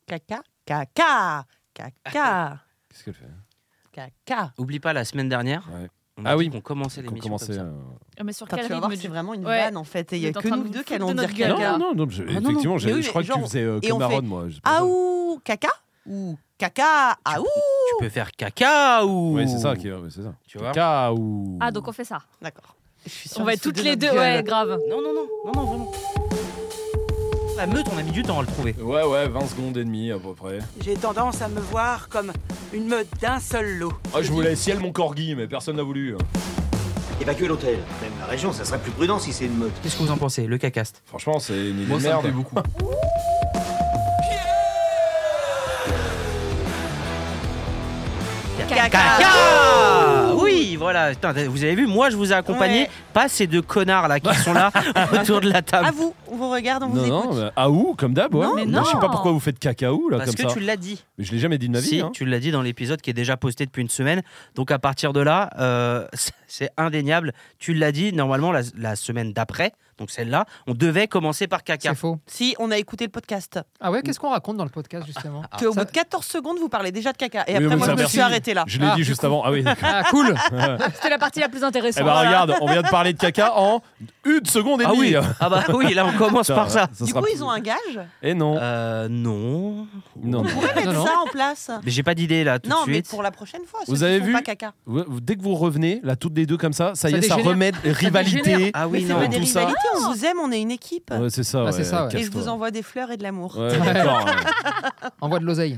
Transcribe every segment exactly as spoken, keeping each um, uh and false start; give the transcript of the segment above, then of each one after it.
Caca, caca, caca. Qu'est-ce qu'elle fait? Caca. Oublie pas, la semaine dernière, Ouais. on a Ah dit oui. qu'on commençait Qu'on l'émission commençait, comme ça. euh, Ah, mais sur Attends, quel tu vas voir, rythme c'est du- vraiment une Ouais. vanne en fait. Et il y a Vous êtes que en train nous de deux vous qui foutre allons de dire notre gueule. caca. Non, non, non, je- Ah, non, non. effectivement, Mais j'ai- oui, je crois genre- que tu faisais euh, et que on Marronne, fait moi. je sais pas ça. Aou, caca ou caca, aou. Tu peux faire caca ou. Oui, c'est ça, qui est- ouais, c'est ça. Tu vois. Caca ou. Ah, donc on fait ça. D'accord. Je suis sûre On va de être toutes foutre de les deux, notre ouais, gueule. grave. Non, non, non, non, non, vraiment. La meute, on a mis du temps à le trouver. Ouais, ouais, vingt secondes et demie à peu près. J'ai tendance à me voir comme une meute d'un seul lot. Ah, je voulais ciel mon corgi, mais personne n'a voulu. Évacuer l'hôtel, même la région, ça serait plus prudent si c'est une meute. Qu'est-ce que vous en pensez, le cacaste? Franchement, c'est une idée Moi, de ça me merde. plaît beaucoup. Caca. Oui, voilà. Putain, vous avez vu, moi je vous ai accompagné, Ouais. pas ces deux connards là qui sont là autour de la table. À vous, on vous regarde, on vous Non, écoute. non, mais ah ou, comme d'hab, ouais. Non, mais Moi, Je sais non. pas pourquoi vous faites cacaou, là, Parce comme que ça. tu l'as dit. Mais je l'ai jamais dit de ma vie. Si, hein. tu l'as dit dans l'épisode qui est déjà posté depuis une semaine. Donc à partir de là, euh, c'est indéniable. Tu l'as dit, normalement la, la semaine d'après, donc celle-là, on devait commencer par caca. C'est faux. Si, on a écouté le podcast. Ah ouais, qu'est-ce qu'on raconte dans le podcast justement? Qu'au Ça- bout de quatorze secondes, vous parlez déjà de caca. Et Oui, après, mais moi, ça, je me merci. suis arrêtée là. Je l'ai Ah, dit du juste coup. avant. Ah oui. Ah cool. C'était la partie la plus Eh intéressante. ben regarde, on vient de parler de caca en une seconde et Ah demie. oui, ah bah oui, là on commence par ça. Du coup, ils ont un gage. Et non. Euh, non. Non, non. On pourrait mettre Non, non. ça en place. Mais j'ai pas d'idée là tout Non, de mais suite. pour la prochaine fois. Vous ceux avez qui font vu pas caca. Vous- vous- Dès que vous revenez, là, toutes les deux comme ça, ça y Ça est, ça dégénère. remet rivalité. dégénère. Ah Mais oui, c'est non. pas des tout ça. rivalités, on vous aime, on est une équipe. Ouais, c'est ça. Ah, c'est ça, ouais. Et je casse-toi. vous envoie des fleurs et de l'amour. Ouais, d'accord. ouais. Envoie de l'oseille.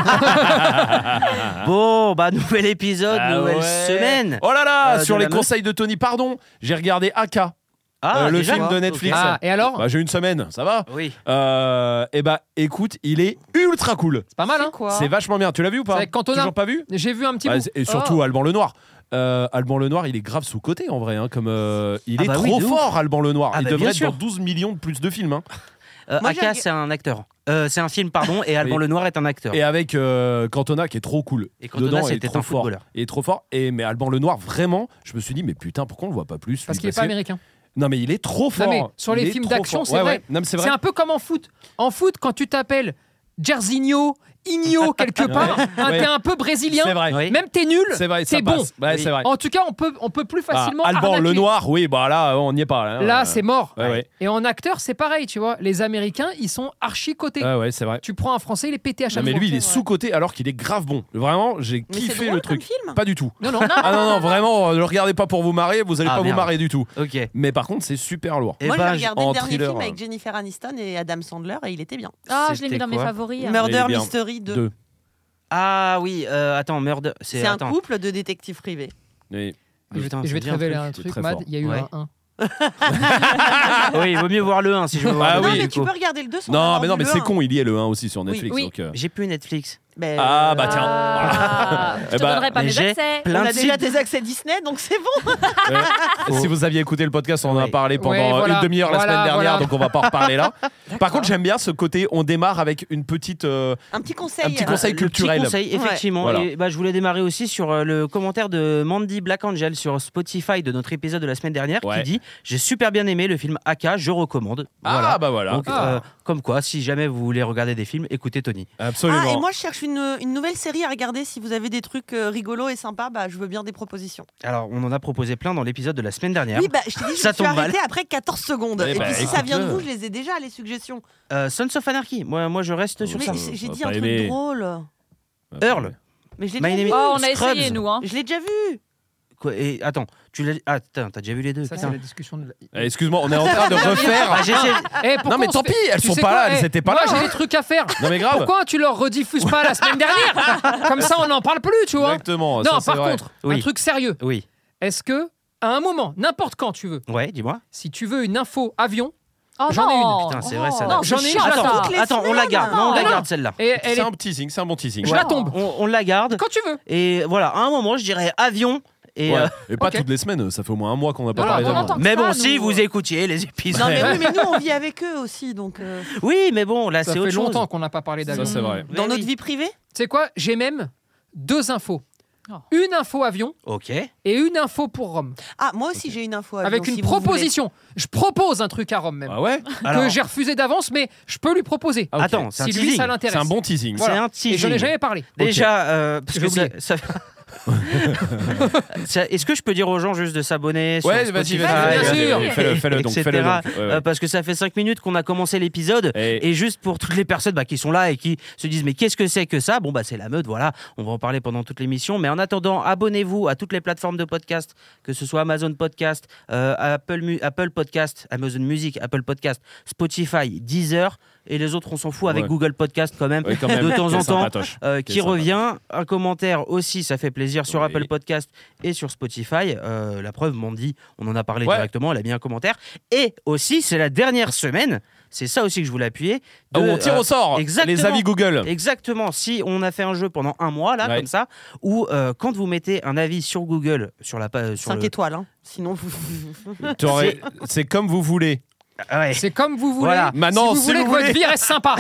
Bon, bah nouvel épisode, Ah nouvelle ouais. semaine. Oh là là, Euh, sur de les la meute. conseils de Tony, pardon, j'ai regardé A K, Ah, euh, le déjà film de Netflix. Ah, et alors? Bah, j'ai une semaine, ça va. Oui. Euh, et bah écoute, il est ultra cool. C'est pas mal, hein? C'est quoi C'est vachement bien. Tu l'as vu ou C'est pas? avec Cantona. Toujours pas vu? J'ai vu un petit Ouais, bout. Et surtout Oh. Alban Lenoir. Euh, Alban Lenoir, il est grave sous-coté en vrai. Hein, comme, euh, il Ah est bah oui, trop de ouf. fort, Alban Lenoir. Ah il bah, devrait bien être sûr. dans douze millions de plus de films. Hein. Euh, Moi, j'ai Aka, rega- c'est un acteur. Euh, c'est un film, pardon, et Alban Oui. Lenoir est un acteur. Et avec euh, Cantona qui est trop cool. Et Cantona, Dedans, il est c'était trop un fort. footballeur. Il est trop fort. Et, mais Alban Lenoir, vraiment, je me suis dit, mais putain, pourquoi on le voit pas plus Parce lui qu'il est pas américain. Non, mais il est trop fort. mais sur les Il est films trop d'action, fort. c'est Ouais, vrai. ouais. Non, mais c'est vrai. C'est un peu comme en foot. En foot, quand tu t'appelles Jairzinho, Igno quelque part, hein, Ouais. t'es un peu brésilien. C'est vrai. Oui. Même t'es nul, C'est vrai, ça c'est bon. passe. Ouais, Oui. c'est vrai. En tout cas, on peut, on peut plus Ah, facilement Alban arnaquer. Lenoir, oui, bah là, on n'y est pas. Là, Là, Euh, c'est mort. Ouais, ouais. Et en acteur, c'est pareil, tu vois. Les Américains, ils sont archi cotés. Ouais, ouais, c'est vrai. Tu prends un Français, il est pété à Non, chaque mais fois. lui, il est c'est vrai. sous-coté alors qu'il est grave bon. Vraiment, j'ai Mais c'est kiffé drôle le comme truc. film. Pas du tout. Non, non, Ah non, non, vraiment, euh, ne le regardez pas pour vous marrer, vous allez Ah, pas vous merde. marrer du tout. Ok. Mais par contre, c'est super lourd. Et Moi, ben, j'ai regardé en le dernier thriller, film euh. avec Jennifer Aniston et Adam Sandler et il était bien. Ah, je l'ai C'était mis dans mes quoi favoris. hein. Mais il Murder est bien. Mystery deux. Deux. Ah oui, euh, attends, Murder. C'est un attends. couple de détectives privés. Et- Je vais, Putain, je vais ça te me dit un révéler truc. un c'est truc, très Mad. fort. Il y a eu Ouais. un un. Oui, il vaut mieux voir le un si je veux voir Ah le non, oui, deux, mais du tu coup. peux regarder le deux sans Non, avoir mais non, vu mais le c'est un. con, il y est le un aussi sur Netflix. oui. donc, euh, J'ai plus Netflix. Ben, Ah, bah, tiens. Ah, je Eh te bah, donnerai pas mais mes j'ai accès. On plein a de déjà sites. des accès Disney, donc c'est bon. euh, si vous aviez écouté le podcast, on en a Ouais. parlé pendant Ouais, voilà. une demi-heure la Voilà, semaine dernière, voilà. donc on va pas en reparler là. Par contre, j'aime bien ce côté, on démarre avec une petite. euh, Un petit conseil. Un petit euh, conseil Le culturel. Petit conseil, Ouais. effectivement. Voilà. Et bah, je voulais démarrer aussi sur euh, le commentaire de Mandy Black Angel sur Spotify de notre épisode de la semaine dernière Ouais. qui dit j'ai super bien aimé le film Aka, je recommande. Ah, Voilà. bah voilà. Donc, Ah. euh, comme quoi, si jamais vous voulez regarder des films, écoutez Tony. Absolument. Ah, et moi, je cherche une, une nouvelle série à regarder. Si vous avez des trucs euh, rigolos et sympas, bah, je veux bien des propositions. Alors, on en a proposé plein dans l'épisode de la semaine dernière. Oui, bah, je t'ai dit, je Ça me suis tombe mal. arrêtée après quatorze secondes. Eh et bah, puis, si ça vient de écoute-le. vous, je les ai déjà, les suggestions. Euh, Sons of Anarchy, moi, moi je reste sur Mais ça. j'ai j'ai on va dit pas un truc aimer. drôle. Earl. Mais je l'ai My déjà name vu. is- Oh, on a Scrubs. essayé, nous. Hein. Je l'ai déjà vu. Quoi, et, attends, tu l'as ah, putain, t'as déjà vu les deux Ça, c'est putain. la discussion de. Eh, Excuse-moi, on est en train de refaire. Ah, j'essaie- Eh, pourquoi Non, mais on tant se fait- pis, elles Tu sont sais pas quoi là, Eh, elles étaient pas moi, là. j'ai hein. des trucs à faire. Non, mais grave. Pourquoi tu leur rediffuses pas la semaine dernière? Comme ça, on n'en parle plus, tu vois. Exactement. ça, Non, c'est par vrai. contre, un Oui. truc sérieux. Oui. Est-ce que, à un moment, n'importe quand tu veux, Ouais, dis-moi. si tu veux une info avion, Oh, J'en ai non. une. Putain, c'est vrai, ça. Non, J'en c'est ai une, chiant, je ça. l'attends. toutes les Attends, on la semaines. garde. Non, on la Non, garde celle-là. et elle C'est est... un teasing, c'est un bon teasing. je Ouais. la tombe. On, on la garde. Quand tu veux. Et voilà, à un moment, je dirais avion. Et, Ouais. euh, Et pas ok. toutes les semaines, ça fait au moins un mois qu'on n'a pas Non, parlé non, d'avion. non, non. mais ça, bon, nous. si vous écoutiez les épisodes. Non, mais oui, mais nous, on vit avec eux aussi. Donc, euh, Oui, mais bon, là, Ça c'est fait autre longtemps chose. qu'on n'a pas parlé Ça, d'avion. c'est vrai. dans Mais notre oui. vie privée. Tu sais quoi? J'ai même deux infos. une info avion Ok. et une info pour Rome. Ah, moi aussi j'ai une info. avion, Avec une si vous voulez. proposition. Je propose un truc à Rome même. Ah ouais Alors, Que j'ai refusé d'avance, mais je peux lui proposer. Ah, ok. Attends, c'est un si lui, teasing. ça C'est l'intéresse. un bon teasing. Voilà. C'est un Et teasing. j'en ai jamais parlé. Déjà, euh, parce J'ai que ça, oublié. ça- Ça- Est-ce que je peux dire aux gens juste de s'abonner sur Ouais, vas-y, Spotify, vas-y, bien vas-y, sûr. vas-y, fais-le, fais-le donc, et fais-le cetera, donc. Ouais, ouais. euh, parce que ça fait cinq minutes qu'on a commencé l'épisode. Et- Et juste pour toutes les personnes bah, qui sont là et qui se disent mais qu'est-ce que c'est que ça? Bon bah c'est la meute, voilà. On va en parler pendant toute l'émission. Mais en attendant, abonnez-vous à toutes les plateformes de podcast, que ce soit Amazon Podcast, euh, Apple, Mu- Apple Podcast, Amazon Music, Apple Podcast, Spotify, Deezer. Et les autres, on s'en fout avec Ouais. Google Podcast quand même. Ouais, quand même, de temps c'est en temps, sympatoche. euh, C'est qui sympa. revient. Un commentaire aussi, ça fait plaisir sur Oui. Apple Podcast et sur Spotify. Euh, la preuve, Mandy, on en a parlé Ouais. directement, elle a mis un commentaire. Et aussi, c'est la dernière semaine, c'est ça aussi que je voulais appuyer. Ah, de, on tire euh, au sort exactement. les avis Google. Exactement, si on a fait un jeu pendant un mois, là, Ouais. comme ça, où euh, quand vous mettez un avis sur Google, sur la page. Sur cinq le... étoiles, hein. Sinon vous. Tu aurais- C'est comme vous voulez. Ah ouais. C'est comme vous voulez. Voilà. Maintenant, si vous si voulez vous que votre voulez. vie reste sympa.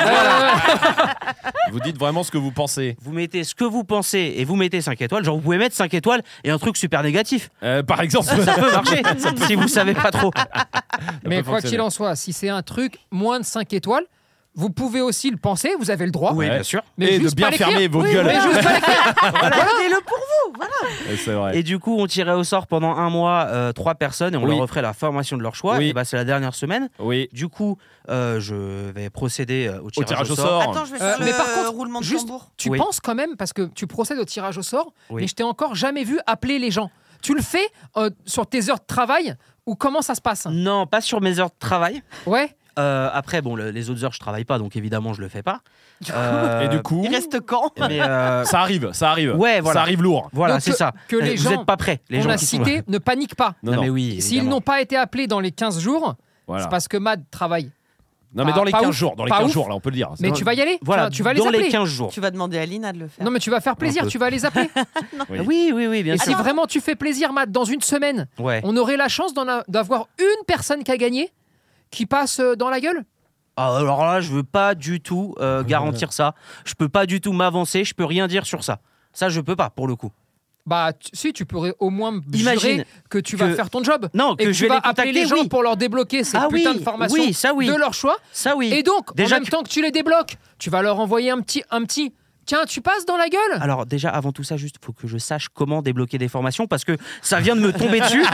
Euh, Vous dites vraiment ce que vous pensez. Vous mettez ce que vous pensez et vous mettez cinq étoiles. Genre, vous pouvez mettre cinq étoiles et un truc super négatif. Euh, par exemple, Ça peut marcher si vous savez pas trop. mais peut quoi fonctionner. qu'il en soit, si c'est un truc moins de cinq étoiles, vous pouvez aussi le penser, vous avez le droit. Oui, Ouais. bien sûr. Mais et de juste bien pas l'écrire. fermer vos Oui, gueules. mais juste pas l'écrire. Gardez-le pour vous, voilà. Euh, C'est vrai. Et du coup, on tirait au sort pendant un mois euh, trois personnes et on Oui. leur referait la formation de leur choix. Oui. Et bah, c'est la dernière semaine. Oui. Du coup, euh, je vais procéder euh, au tirage, tirage au sort. Attends, je vais Euh, faire mais le par contre, roulement de juste- tambour. Tu Oui. penses quand même, parce que tu procèdes au tirage au sort, Oui. mais je t'ai encore jamais vu appeler les gens. Tu le fais euh, sur tes heures de travail ou comment ça se passe? Non, pas sur mes heures de travail. Ouais. Euh, après, bon, le- les autres heures, je travaille pas, donc évidemment, je le fais pas. Euh, Et du coup, Il reste quand? mais, euh, ça arrive, ça arrive. Ouais, voilà. Ça arrive lourd. voilà, Donc, c'est que- ça. que les vous gens êtes pas prêts, les On gens a qui sont cité, ne panique pas. Non, Non, non. mais oui. S'ils évidemment. n'ont pas été appelés dans les quinze jours, Voilà. c'est parce que Mad travaille. Non, mais pas- dans les pas quinze ouf, jours, dans les pas quinze ouf. jours, là, on peut le dire. Mais C'est- tu vas y aller. Voilà, tu vas les dans appeler. les quinze jours. Tu vas demander à Lina de le faire. Non, mais tu vas faire plaisir, peu. tu vas les appeler. Oui. Oui, oui, oui, bien Et sûr. si vraiment tu fais plaisir, Matt, dans une semaine, Ouais. on aurait la chance d'en a- d'avoir une personne qui a gagné, qui passe euh, dans la gueule. Ah, alors là, je veux pas du tout euh, garantir ça. Je peux pas du tout m'avancer. Je peux rien dire sur ça. Ça, je peux pas pour le coup. Bah, tu- si, tu pourrais au moins me Imagine jurer que tu vas que- faire ton job. Non, Et que que je tu vais vas les appeler contacter, les gens oui. pour leur débloquer cette Ah putain oui, de formation oui, ça oui. de leur choix. Ça oui. Et donc, Déjà en même que- temps que tu les débloques, tu vas leur envoyer un petit, un petit. Tiens, tu passes dans la gueule. Alors déjà, avant tout ça, juste faut que je sache comment débloquer des formations parce que ça vient de me tomber dessus.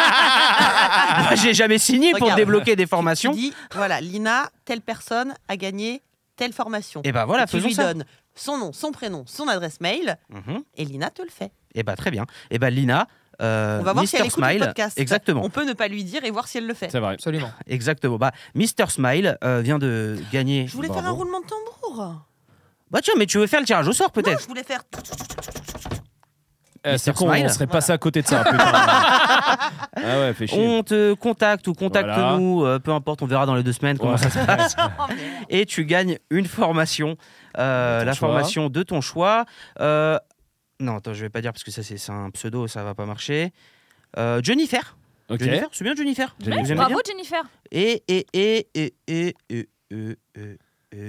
Moi, j'ai jamais signé pour Regarde. débloquer des Tu formations. dis, voilà, Lina, telle personne a gagné telle formation. Et ben voilà, Et tu faisons lui ça. donnes son nom, son prénom, son adresse mail, Mhm. et Lina te le fait. Et bah très bien. Et ben Lina, euh, On va voir si Mister elle écoute le Smile, podcast. exactement, On peut ne pas lui dire et voir si elle le fait. C'est vrai. Absolument. exactement. Bah Mister Smile euh, vient de gagner. Je voulais Bravo. faire un roulement de tambour. Bah tiens, mais tu veux faire le tirage au sort Non, peut-être? je voulais faire. Eh, Mister c'est con, Smile. on serait passé à côté de ça. putain. Ah ouais, fait chier. On te contacte ou contacte-nous, euh, peu importe, on verra dans les deux semaines comment Ouais. ça se passe. Oh, merde. Et tu gagnes une formation, euh, De ton la choix. formation de ton choix. Euh, non, attends, je vais pas dire parce que ça c'est c'est un pseudo, ça va pas marcher. Euh, Jennifer. Ok. Jennifer, c'est bien Jennifer. Jennifer. Vous aimez Bravo bien Jennifer. Et et et et et et et- et-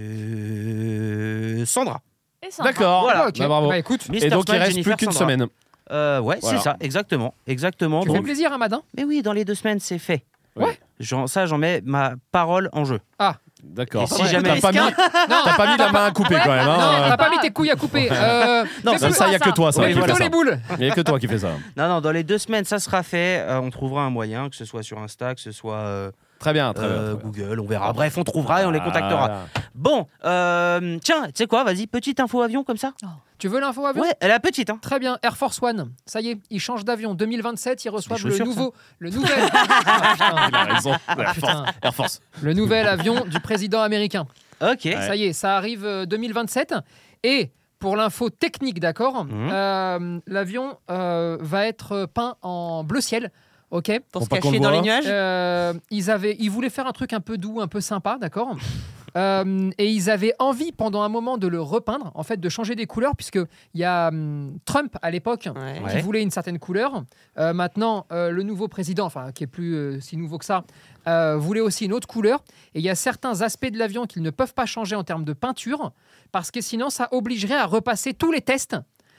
et- Sandra. Et ça. D'accord. Voilà. Ah, ok. Bah, bravo. Bah écoute, Mister Et donc, il Smile, reste Jennifer, plus qu'une Sandra. semaine. Euh, ouais, Voilà. c'est ça, exactement, exactement. tu fais Donc- plaisir, hein, Mad, hein. mais oui, dans les deux semaines, c'est fait. Ouais. J'en- ça, j'en mets ma parole en jeu. D'accord. Et si Ouais. jamais- T'as pas, mis... Non, t'as pas mis la main à couper quand même. non, Hein. t'as pas mis tes couilles à couper. Euh, Non, fais Ça, plus- ça, y a que toi, ça. fais Oui, qui plutôt fait les ça. boules. Il y a que toi qui fais ça. Non, non, dans les deux semaines, ça sera fait. Euh, on trouvera un moyen, que ce soit sur Insta, que ce soit euh, Très bien, très euh, bien. très bien. Google, on verra. Bref, on trouvera et on les contactera. Voilà. Bon, euh, tiens, tu sais quoi, vas-y, petite info avion comme ça. Tu veux l'info avion? Ouais, elle est petite, hein. Très bien, Air Force One, ça y est, ils changent d'avion. deux mille vingt-sept, ils reçoivent le chaussures, nouveau, le nouvel, Ah, putain, Il a raison. Air Force. putain. Air Force. le nouvel avion du président américain. Ok. Ouais. Ça y est, ça arrive euh, deux mille vingt-sept. Et pour l'info technique, d'accord, Mhm. euh, l'avion euh, va être peint en bleu ciel. Ok. Pour Pour se pas qu'on cacher le dans les voit. nuages. Euh, ils avaient, ils voulaient faire un truc un peu doux, un peu sympa, d'accord. Euh, et ils avaient envie pendant un moment de le repeindre, en fait, de changer des couleurs, puisque il y a hum, Trump à l'époque Ouais. Ouais. qui voulait une certaine couleur. Euh, maintenant, euh, le nouveau président, enfin qui est plus euh, si nouveau que ça, euh, voulait aussi une autre couleur. Et il y a certains aspects de l'avion qu'ils ne peuvent pas changer en termes de peinture, parce que sinon ça obligerait à repasser tous les tests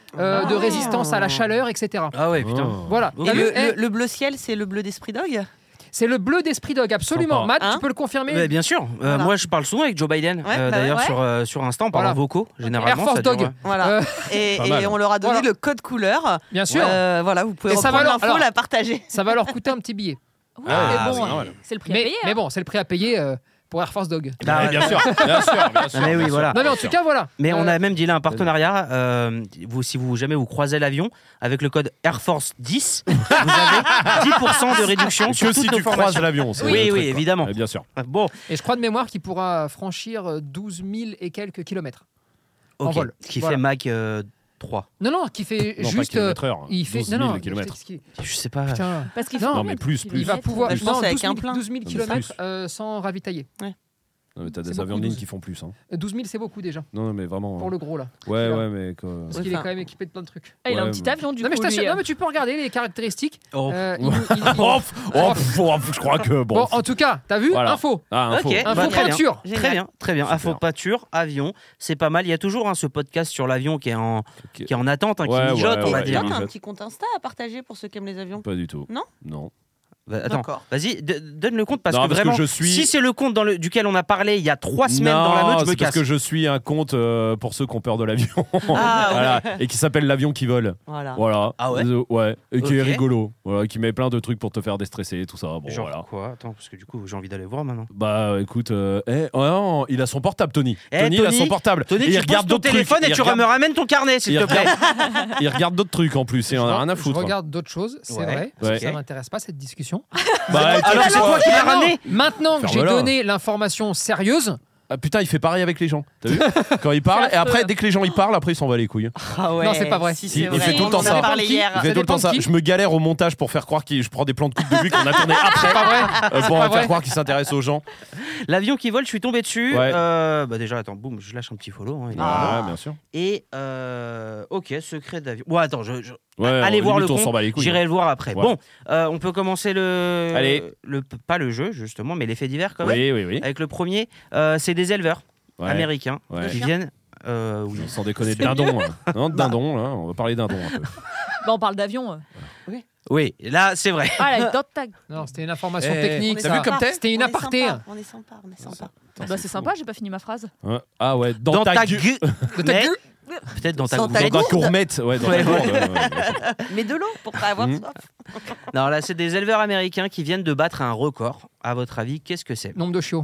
euh, de Ah. résistance à la chaleur, et cetera. Ah ouais, putain. Oh. Voilà. Ok. T'as Et vu le, Eh, le- le bleu ciel, c'est le bleu d'Esprit Dog. C'est le bleu d'Esprit Dog, absolument. Sympa. Matt, Hein tu peux le confirmer. Mais bien sûr. Euh, Voilà. Moi, je parle souvent avec Joe Biden. Ouais, euh, bah D'ailleurs, ouais. sur, euh, sur Insta, on parle Voilà. en vocaux. Généralement, Air Force ça dure, Dog. ouais. Voilà. Euh, Et, Pas et mal. on leur a donné Voilà. le code couleur. Bien sûr. Euh, voilà, vous pouvez Et ça reprendre va leur- l'info, alors- la partager. Ça va leur coûter un petit billet. Oui, Ah, mais c'est bon, normal. c'est le prix à Mais, payer. mais hein. bon, c'est le prix à payer euh, pour Air Force Dog. Bah, Ouais, ouais. bien sûr, bien sûr, bien sûr. Mais oui, bien sûr. voilà. Non, mais en tout cas, voilà. Mais on Euh, a même dit là un partenariat. euh, vous, si vous jamais vous croisez l'avion, avec le code Air Force dix, vous avez dix pour cent de réduction sur Que toutes si nos tu croises formations. l'avion. c'est Oui, le oui, truc, quoi. évidemment. Ouais, bien sûr. Bon, Et je crois de mémoire qu'il pourra franchir euh, douze mille et quelques kilomètres. En ok. vol. Ce qui Voilà. fait Mach euh, trois. Non, non, qui fait Non, juste. pas kilomètres heure. il fait. douze Non, mille non, kilomètres. qu'est-ce qu'il- Je sais pas. Putain. Parce qu'il Non, faut non, combien mais de plus, plus. Il va kilomètres pouvoir. Bah, je pense non, avec douze mille, un plein. douze mille Non, mais kilomètres plus. euh, sans ravitailler. Non, mais t'as C'est des beaucoup, avions de ligne douze. qui font plus. Hein. Euh, douze mille, c'est beaucoup déjà. Non, non, mais vraiment. Pour le gros, là. Ouais, celui-là. ouais, mais. quoi. Parce Ouais, qu'il est enfin- quand même équipé de plein de trucs. Ah, il a un Ouais, petit mais- avion du Non mais, coup. je t'assure, lui, non, hein. mais tu peux regarder les caractéristiques. Oh. Euh, il- il- il- Oh, pff, oh, pff, oh, pff, je crois que bon. Bon, en tout cas, t'as vu Voilà. Info. Ah, info. Ok. Info Bah, très bien. peinture. Génial. Très bien, très bien. Super. Info pâture, avion, c'est pas mal. Il y a toujours hein, ce podcast sur l'avion qui est en, Ok. qui est en attente, hein, qui Ouais, mijote, ouais, on va ouais, dire. Toi, t'as un Mijote. petit compte Insta à partager pour ceux qui aiment les avions. Pas du tout. Non Non. Bah, attends, D'accord. vas-y, d- donne le compte parce Non, que parce que vraiment, je suis- si c'est le compte dans le, duquel on a parlé il y a trois semaines non, dans la meute, je me c'est parce casse. que je suis un compte euh, pour ceux qui ont peur de l'avion. Ah, Voilà. Et qui s'appelle L'avion qui vole. Voilà. Voilà. Ah ouais Euh, Ouais. Et qui est Ok. rigolo. Voilà. Qui met plein de trucs pour te faire déstresser et tout ça. Bon, Genre voilà. quoi Attends, parce que du coup, j'ai envie d'aller voir maintenant. Bah écoute, euh, eh, oh non, il a son portable, Tony. Eh, Tony, il a Tony, son portable. Tony, et tu il poses regarde ton d'autres téléphone trucs. et tu il regarde, me ramènes ton carnet, s'il il te plaît. il regarde d'autres trucs en plus. Et on a rien à Je foutre. regarde d'autres choses, c'est Ouais. vrai. Parce Ouais. que ça m'intéresse pas cette discussion. Bah, Alors c'est toi qui l'as ramené. Maintenant que j'ai Ferme-la. donné l'information sérieuse, Ah, putain, il fait pareil avec les gens. T'as vu Quand il parle, C'est et après, affreux. dès que les gens ils parlent, après il s'en va les couilles. Ah ouais. Non, c'est pas vrai. Si, Si, c'est il vrai. fait tout le On temps en a ça. parlé hier. Il Ça fait tout le dépend temps de ça. qui. Je me galère au montage pour faire croire qu'il je prends des plans de coupe de lui qu'on a tourné après. c'est pas vrai. euh, pour pas faire vrai. croire qu'il s'intéresse aux gens. L'avion qui vole, je suis tombé dessus. Ouais. Euh, bah déjà, attends, boum, je lâche un petit follow. hein, évidemment. Ouais, bien sûr. Et euh, ok, secret d'avion. Bon, attends, je, je- Ouais, allez on- voir le limite, on s'en compte. bat les couilles. J'irai le voir après. Ouais. Bon, euh, on peut commencer le, Allez. le, pas le jeu justement, mais les faits divers quand même. Oui, oui, oui. Avec le premier, euh, c'est des éleveurs Ouais. américains Ouais. qui viennent. euh, oui. Sans déconner, de dindon. hein. Non, de dindon, là, on va parler dindon un peu. Bah, on parle d'avion. euh. Oui, là c'est vrai. Ah, là, dans ta- Non, c'était une information Eh, technique. On est t'as ça. vu comme sympa. t'es C'était une On est aparté. sympa, On est sympa, on est sympa. Bah, c'est sympa, j'ai pas fini ma phrase. Hein Ah ouais, dans, Dans, ta, ta gueule. gueule. De ta Mais- gueule. Peut-être dans ta Dans gourde. ta Dans ta gourde. gourmette. Ouais, dans Ouais, ta ouais. gourde, ouais, ouais. Mais de l'eau pour pas avoir Mhm. soif. Non, là c'est des éleveurs américains qui viennent de battre un record. À votre avis, qu'est-ce que c'est? Nombre de chiots.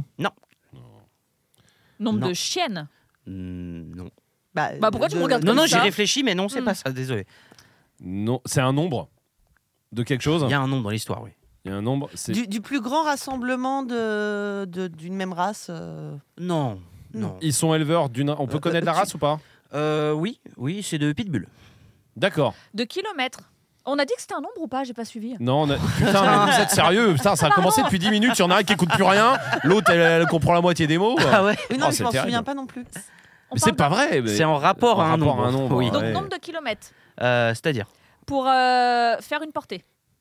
Nombre Non. de chiennes. Hmm, Non. Bah, Bah, pourquoi tu me de- regardes Non, non, comme j'ai ça réfléchi, mais non, c'est Hmm. pas ça. Désolé. Non, c'est un nombre de quelque chose. Il y a un nombre dans l'histoire, oui. Il y a un nombre. C'est Du, du plus grand rassemblement de, de- d'une même race. euh, Non. Non. Non. Ils sont éleveurs d'une. On peut Euh, connaître la tu- race ou pas Euh, oui, oui, c'est de pitbull. D'accord. De kilomètres. On a dit que c'était un nombre ou pas? J'ai pas suivi. Non, on a- putain, mais vous êtes sérieux? Putain, ça a commencé depuis dix minutes. Il y en a un qui écoute plus rien, l'autre elle, elle comprend la moitié des mots. Ah ouais. Oui, non, Oh, je c'est m'en terrible. souviens pas non plus. On Mais c'est parle pas vrai. mais- C'est en rapport En à un rapport nombre. à un nombre, Oui. Donc, ouais. nombre de kilomètres. Euh, C'est-à-dire Pour euh, faire une portée.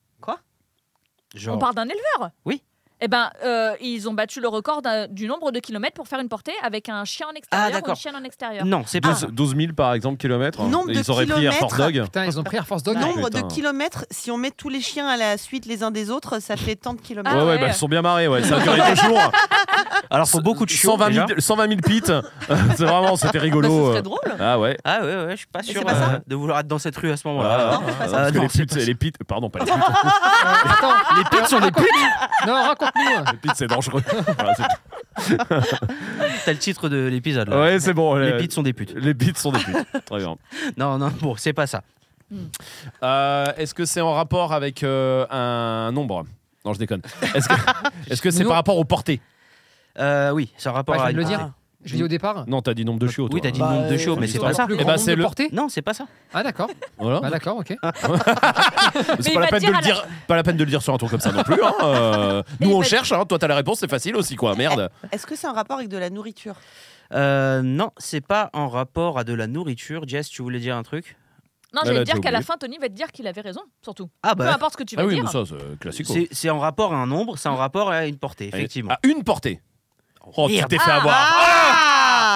Genre. On parle d'un éleveur. Oui. Eh ben, euh, ils ont battu le record d'un- du nombre de kilomètres pour faire une portée avec un chien en extérieur ou d'accord. une chienne en extérieur. Non, c'est pas ça. douze, douze mille par exemple kilomètres. Nombre de Ils auraient pris Air Force kilomètres. Dog. Putain, ils ont pris Air Force Dog. Nombre putain. de kilomètres, si on met tous les chiens à la suite les uns des autres, ça fait tant de kilomètres. Ah ouais, ouais, ouais. bah, ils sont bien marrés. Ouais. Ça a duré deux jours. Alors, faut beaucoup de chiots. cent vingt déjà. mille, cent vingt mille pits. C'est vraiment, c'était Bah, rigolo. ce euh. serait drôle. Ah ouais. Ah ouais, ouais, je suis pas sûr c'est pas euh, ça de vouloir être dans cette rue à ce moment-là. Voilà. Non, c'est pas Ah, ça. parce que non, les c'est pits, pas les pits, pardon, pas les pits. Attends, les putes sont des putes. Non, raconte-nous. Les pits, c'est dangereux. Voilà, c'est- T'as le titre de l'épisode là. ouais, c'est bon. Les euh, pits sont des putes. Les pits sont des putes. Très bien. Non, non, bon, c'est pas ça. Euh, Est-ce que c'est en rapport avec euh, un nombre? Non, je déconne. Est-ce que est-ce que c'est Non. par rapport aux portées? Euh, oui, c'est en rapport Ouais, je à. viens de le dire. Ah. Je l'ai dit au départ. Non, t'as dit nombre de chiots. Oui, toi. t'as dit Bah, nombre de chiots, euh, mais c'est c'est pas le ça. Plus Eh grand ben, nombre c'est de le- portées. Non, c'est pas ça. Ah d'accord. Voilà. Ah d'accord, ok. C'est Mais il pas la va peine dire de le à la- dire, pas la peine de le dire sur un tour comme ça non plus. Hein. Euh, nous il on va- cherche. Hein. Toi t'as la réponse, c'est facile aussi quoi. Merde. Est-ce que c'est un rapport avec de la nourriture? Euh, non, c'est pas en rapport à de la nourriture. Jess, tu voulais dire un truc? Non, Elle j'allais a dire déjà qu'à la oublié. fin, Tony va te dire qu'il avait raison, surtout. Ah Peu bah. importe ce que tu Ah vas oui, dire. mais ça c'est classique. C'est c'est en rapport à un nombre, c'est en rapport à une portée, effectivement. À une portée. Oh, tu Merde. t'es fait avoir. Ah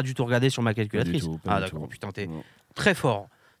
pas du tout regardé sur ma calculatrice. tout, pas Ah du d'accord, tout. putain, t'es Non. très fort.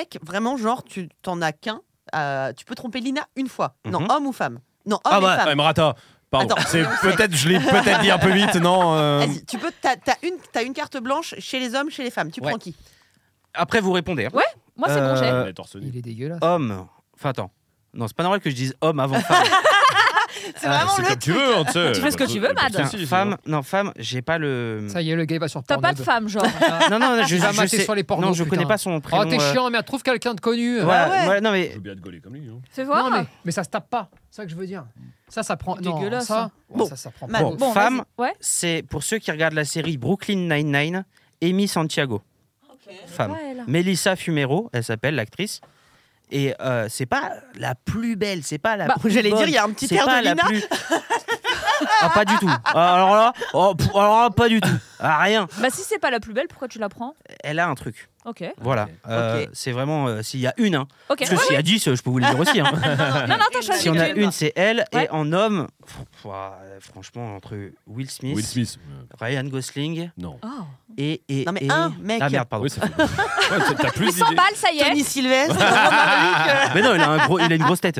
mec, vraiment, genre, tu t'en as qu'un. euh, tu peux tromper Lina une fois. Non, Mhm. homme ou femme. Non, homme Ah et bah, femme. Ouais, Marata, Pardon. Attends, C'est Beyoncé. peut-être, je l'ai peut-être dit un peu vite, non euh, Vas-y, tu peux, t'as, t'as une, t'as une carte blanche chez les hommes, chez les femmes. Tu Ouais. prends qui? Après, vous répondez. hein. Ouais, moi c'est bon, j'ai. Euh, ouais, torse nu. Il est dégueulasse. Homme. Enfin, attends. Non, c'est pas normal que je dise homme avant femme. C'est vraiment C'est le comme tu veux, hein, tu sais. Tu fais ce que tu veux, Mad. Tiens, Si, si, femme. Non, femme, j'ai pas le. Ça y est, le gars il va sur T'as pas de Pornhub. femme, genre. Non, non, non, je, Il va je mater sais. sur les pornos, non, je putain. connais pas son prénom. Oh, t'es euh, chiant, mais trouve quelqu'un de connu. Voilà, Ah ouais. voilà, non, Je mais. veux bien te gauler comme lui. hein. Fais voir. Non, mais, mais ça se tape pas. C'est ça que je veux dire. Ça, ça prend. Non, Dégueulasse, ça, hein. ouais, Bon, ça, ça prend Mad. pas. Bon, Bon, femme, vas-y. Ouais. c'est pour ceux qui regardent la série Brooklyn Nine-Nine, Amy Santiago. Femme. Ouais, elle. Melissa Fumero, elle s'appelle l'actrice. Et euh, c'est pas la plus belle, c'est pas la Bah, plus J'allais bonne, dire, il y a un petit c'est air pas de la Lina. plus. Ah, pas du tout. Ah, alors là, oh, pff, alors là, pas du tout. Ah, rien. Bah si c'est pas la plus belle, pourquoi tu la prends? Elle a un truc. Ok. Voilà. Euh, Ok. C'est vraiment. euh, S'il y a une, hein. Ok. Parce que Ouais, s'il y a dix, euh, je peux vous le dire aussi. Hein. Non, non, t'as choisi Si on a une. une, c'est elle. Ouais. Et en homme, pff, ouah, franchement, entre Will Smith, Will Smith. Ryan Gosling Non. Oh. et. et Non mais et- un mec. Ah merde, pardon. Oui, ça fait. Ouais, t'as- t'as plus Il d'idées. s'emballe, ça y est. Tony Sylvestre. Jean-Marc. Mais non, il a, un gros, il a une grosse tête.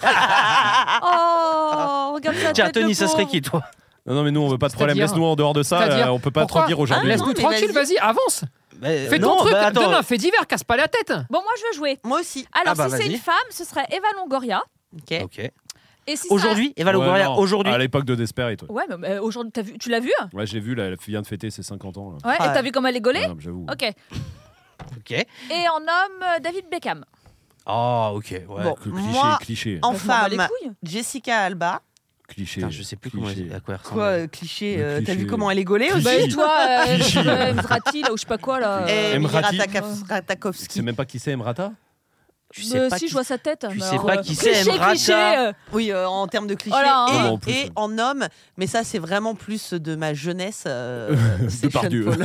Oh, regarde sa Tiens, tête de Tony, ça serait pauvre. qui, toi Non, non, mais nous, on veut pas de problème. C'est-à-dire- Laisse-nous en dehors de ça. C'est-à-dire- euh, on peut pas Pourquoi trop dire aujourd'hui. Ah, Laisse-nous non, mais tranquille, vas-y. vas-y, avance. Mais, Fais ton non, truc, bah, attends. donne un fait divers, casse pas la tête. Bon, moi je veux jouer. Moi aussi. Alors, Ah bah, si c'est vas-y. une femme, ce serait Eva Longoria. Ok. Ok. Et si ça- Aujourd'hui, Eva Ouais, Longoria, non. aujourd'hui. À l'époque de Desperate. Ouais, Ouais, mais euh, aujourd'hui, t'as vu, tu l'as vu? ouais j'ai vu, là, elle vient de fêter ses cinquante ans. Là. Ouais. Ouais. Et t'as vu comment elle est gaulée? Ouais, j'avoue. Ok. Ok. Et en homme, euh, David Beckham. Oh, ok. Ouais. Bon. Que cliché, Moi, cliché. En Bah, je m'en bats les femme, couilles. Jessica Alba. Cliché. Putain, je sais plus comment cliché. elle, à quoi elle ressemble. Quoi, euh, cliché, Le euh, T'as cliché. vu comment elle est gaulée aussi? Bah, et toi, euh, Cliché. euh, Mzrati, là, ou je sais pas quoi, là. Et euh, Emily Emrati. Ratakov- Tu Ratakovsky. sais même pas qui c'est, Emrata Tu sais euh, pas si, qui- je vois sa tête. tu mais sais alors, pas euh, qui c'est, cliché, Emrata. cliché, euh, Oui, euh, en termes de clichés. Voilà, hein. et, Non, en plus, et ouais. en homme, mais ça c'est vraiment plus de ma jeunesse. Euh, c'est Depardieu. Sean Paul.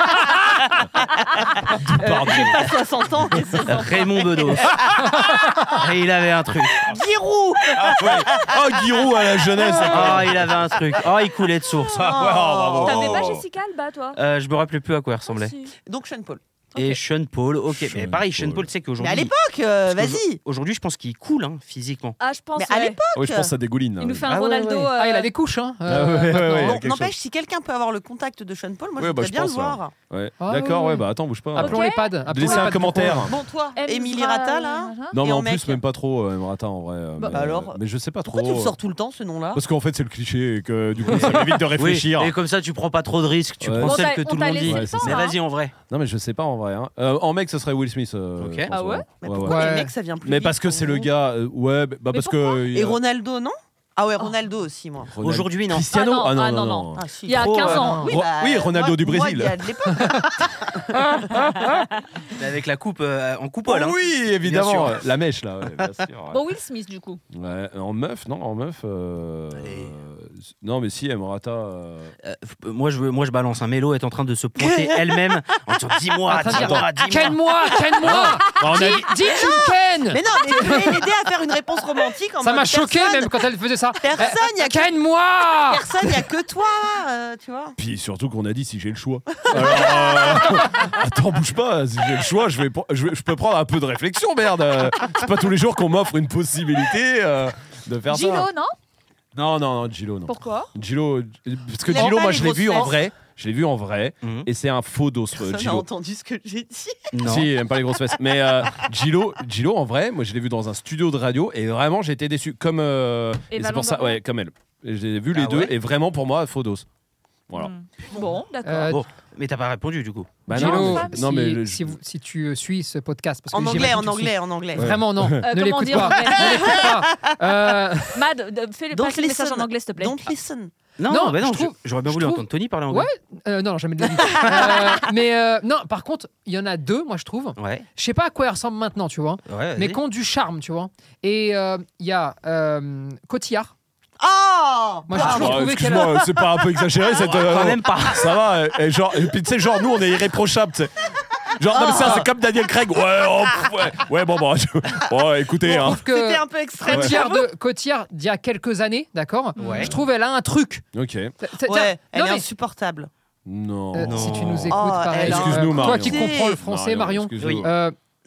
Pardon. J'ai pas soixante ans. mais c'est sympa. Raymond Bedos. Et il avait un truc. Giroud. Ah ouais. Oh, Giroud à la jeunesse. Oh, il avait un truc. Oh, il coulait de source. Ah, ouais, oh, bravo. T'avais pas Jessica Alba, toi? Euh, je me rappelais plus à quoi elle ressemblait. Ah, si. Donc Sean Paul. Et Sean Paul, ok. Mais Sean pareil, Sean Paul. Paul, tu sais Mais qu'aujourd'hui. à l'époque, euh, parce qu'aujourd'hui- vas-y. Aujourd'hui, je pense qu'il coule hein, physiquement. Ah, je pense. Mais à ouais. l'époque. Ouais, je pense que ça dégouline. là. Il nous fait un Ah ouais, Ronaldo. ouais. euh, Ah, il a des couches, hein. Ah ouais, ouais, ouais, maintenant. ouais. Bon, quelque n'empêche, si quelqu'un peut avoir le contact de Sean Paul, moi Ouais, je bah, voudrais je bien pense, le voir. Ouais. Ah, D'accord, ouais, ouais, ouais. bah attends, bouge pas. Appelons Ok. les pads. appelons Laissez les un pads commentaire. du coin. Bon, toi, Emzra- Émilie Rata là. machin. Non, mais Et en en plus, mec. même pas trop, euh, Emrata en vrai. euh, Bah, mais, alors. euh, Mais je sais pas trop. Pourquoi tu le euh, sors tout le temps ce nom-là? Parce qu'en fait, c'est le cliché et que du coup, ça m'évite de réfléchir. Oui, et comme ça, tu prends pas trop de risques. Tu Ouais. prends Bon, celle t'as- que on tout le t'a monde laissé dit. Ouais, le c'est temps, ça. Mais hein. vas-y, en vrai. Non, mais je sais pas en vrai. hein. Euh, en mec, ce serait Will Smith. euh, Ok. je pense, Ah ouais Mais ouais, pourquoi ouais. Ouais. les mecs ça vient plus Mais vite parce que pour c'est le vous gars. euh, ouais, bah Mais parce pourquoi que. Et Ronaldo, non? Ah ouais, Ronaldo aussi, moi. Ronaldo- Aujourd'hui, non. Cristiano Ah non, Ah ah non, non, non. non. Ah, si. Il y a Trop, quinze euh, ans. Oui, Ro- bah, oui, Ronaldo moi- du moi, Brésil. il y a de l'époque. Mais avec la coupe euh, en coupole. hein. Oui, évidemment. Bien sûr. La mèche, là. Ouais, bien sûr, ouais. Bon, Will Smith, du coup. Ouais, en meuf, non, en meuf. euh, Allez. euh, Non, mais si, Emrata. euh, Euh, f- moi, je, veux- moi, je balance. Un Mélo est en train de se pointer elle-même en disant dis-moi, En train de dire, dis-moi, dis-moi. Ken-moi, ken-moi. on a Dis, dit- dis tu me ken. Mais non, mais je voulais l'aider à faire une réponse romantique. En Ça mode m'a choqué personne- même quand elle faisait ça. Personne, il y a que- Ken-moi. Personne, il n'y a que toi, euh, tu vois. Puis surtout qu'on a dit si j'ai le choix. Alors, euh, attends, bouge pas. Si j'ai le choix, je, vais, pre- je, vais- je peux prendre un peu de réflexion, merde. Euh, C'est pas tous les jours qu'on m'offre une possibilité euh, de faire Gino, ça. non? Non, non, non, Gilo, non. Pourquoi? Gilo, parce que Il aime Gilo, pas moi, les je l'ai grosses vu en fesses. vrai. Je l'ai vu en vrai. Mhm. Et c'est un faux dos, euh, Personne n'a Gilo. entendu ce que j'ai dit. Non. Si, il aime pas les grosses fesses. Mais euh, Gilo, Gilo, en vrai, moi, je l'ai vu dans un studio de radio et vraiment, j'ai été déçu. Comme, euh, et Eva c'est pour ça, Longoria. ouais, comme elle. Et J'ai vu les Ah deux ouais et vraiment, pour moi, faux dos. Voilà. Hmm. Bon, d'accord. Euh, Bon, mais t'as pas répondu du coup. Bah Gilo, non, femme, mais, non, si, mais je- si, vous- si tu euh, suis ce podcast, parce que En j'imagine anglais, que en tu le anglais, en anglais. suis. Vraiment non, ne comment l'écoute dire en pas. anglais Ne l'écoute pas. Euh, Mad, de- fais le Don't passe le message listen. en anglais, s'il te plaît. Don't listen. Non, Non, bah non, je trouve- je- j'aurais bien je voulu trouve- entendre Tony parler anglais. euh, non, non, jamais de la vie. Euh, mais euh, non, par contre, il y en a deux, moi je trouve. Ouais, Je sais pas à quoi elles ressemblent maintenant, tu vois, ouais, mais vas-y. qui ont du charme, tu vois. Et euh, il y a euh, Cotillard. Oh Moi, j'ai Ah, toujours bah, trouvé qu'elle. excuse-moi, c'est pas un peu exagéré cette. euh, Quand même pas. Ça va, et, et genre, et puis tu sais, genre, nous on est irréprochables, tu sais. Genre, non, mais ça, c'est comme Daniel Craig. Ouais, oh, pff, ouais, ouais, bon, bon, je- bon, écoutez, Je hein. trouve que C'était un peu extrême. Cotillard, de, Cotillard d'il y a quelques années, d'accord. Ouais. Je trouve elle a un truc. Ok. C'est- c'est- Ouais, elle non, est mais- insupportable. Non. Euh, Non. si tu nous écoutes, Oh, pareil. elle a- Excuse-nous, Toi Marion. qui comprends le français, Marion. excuse-nous. Oui. Euh,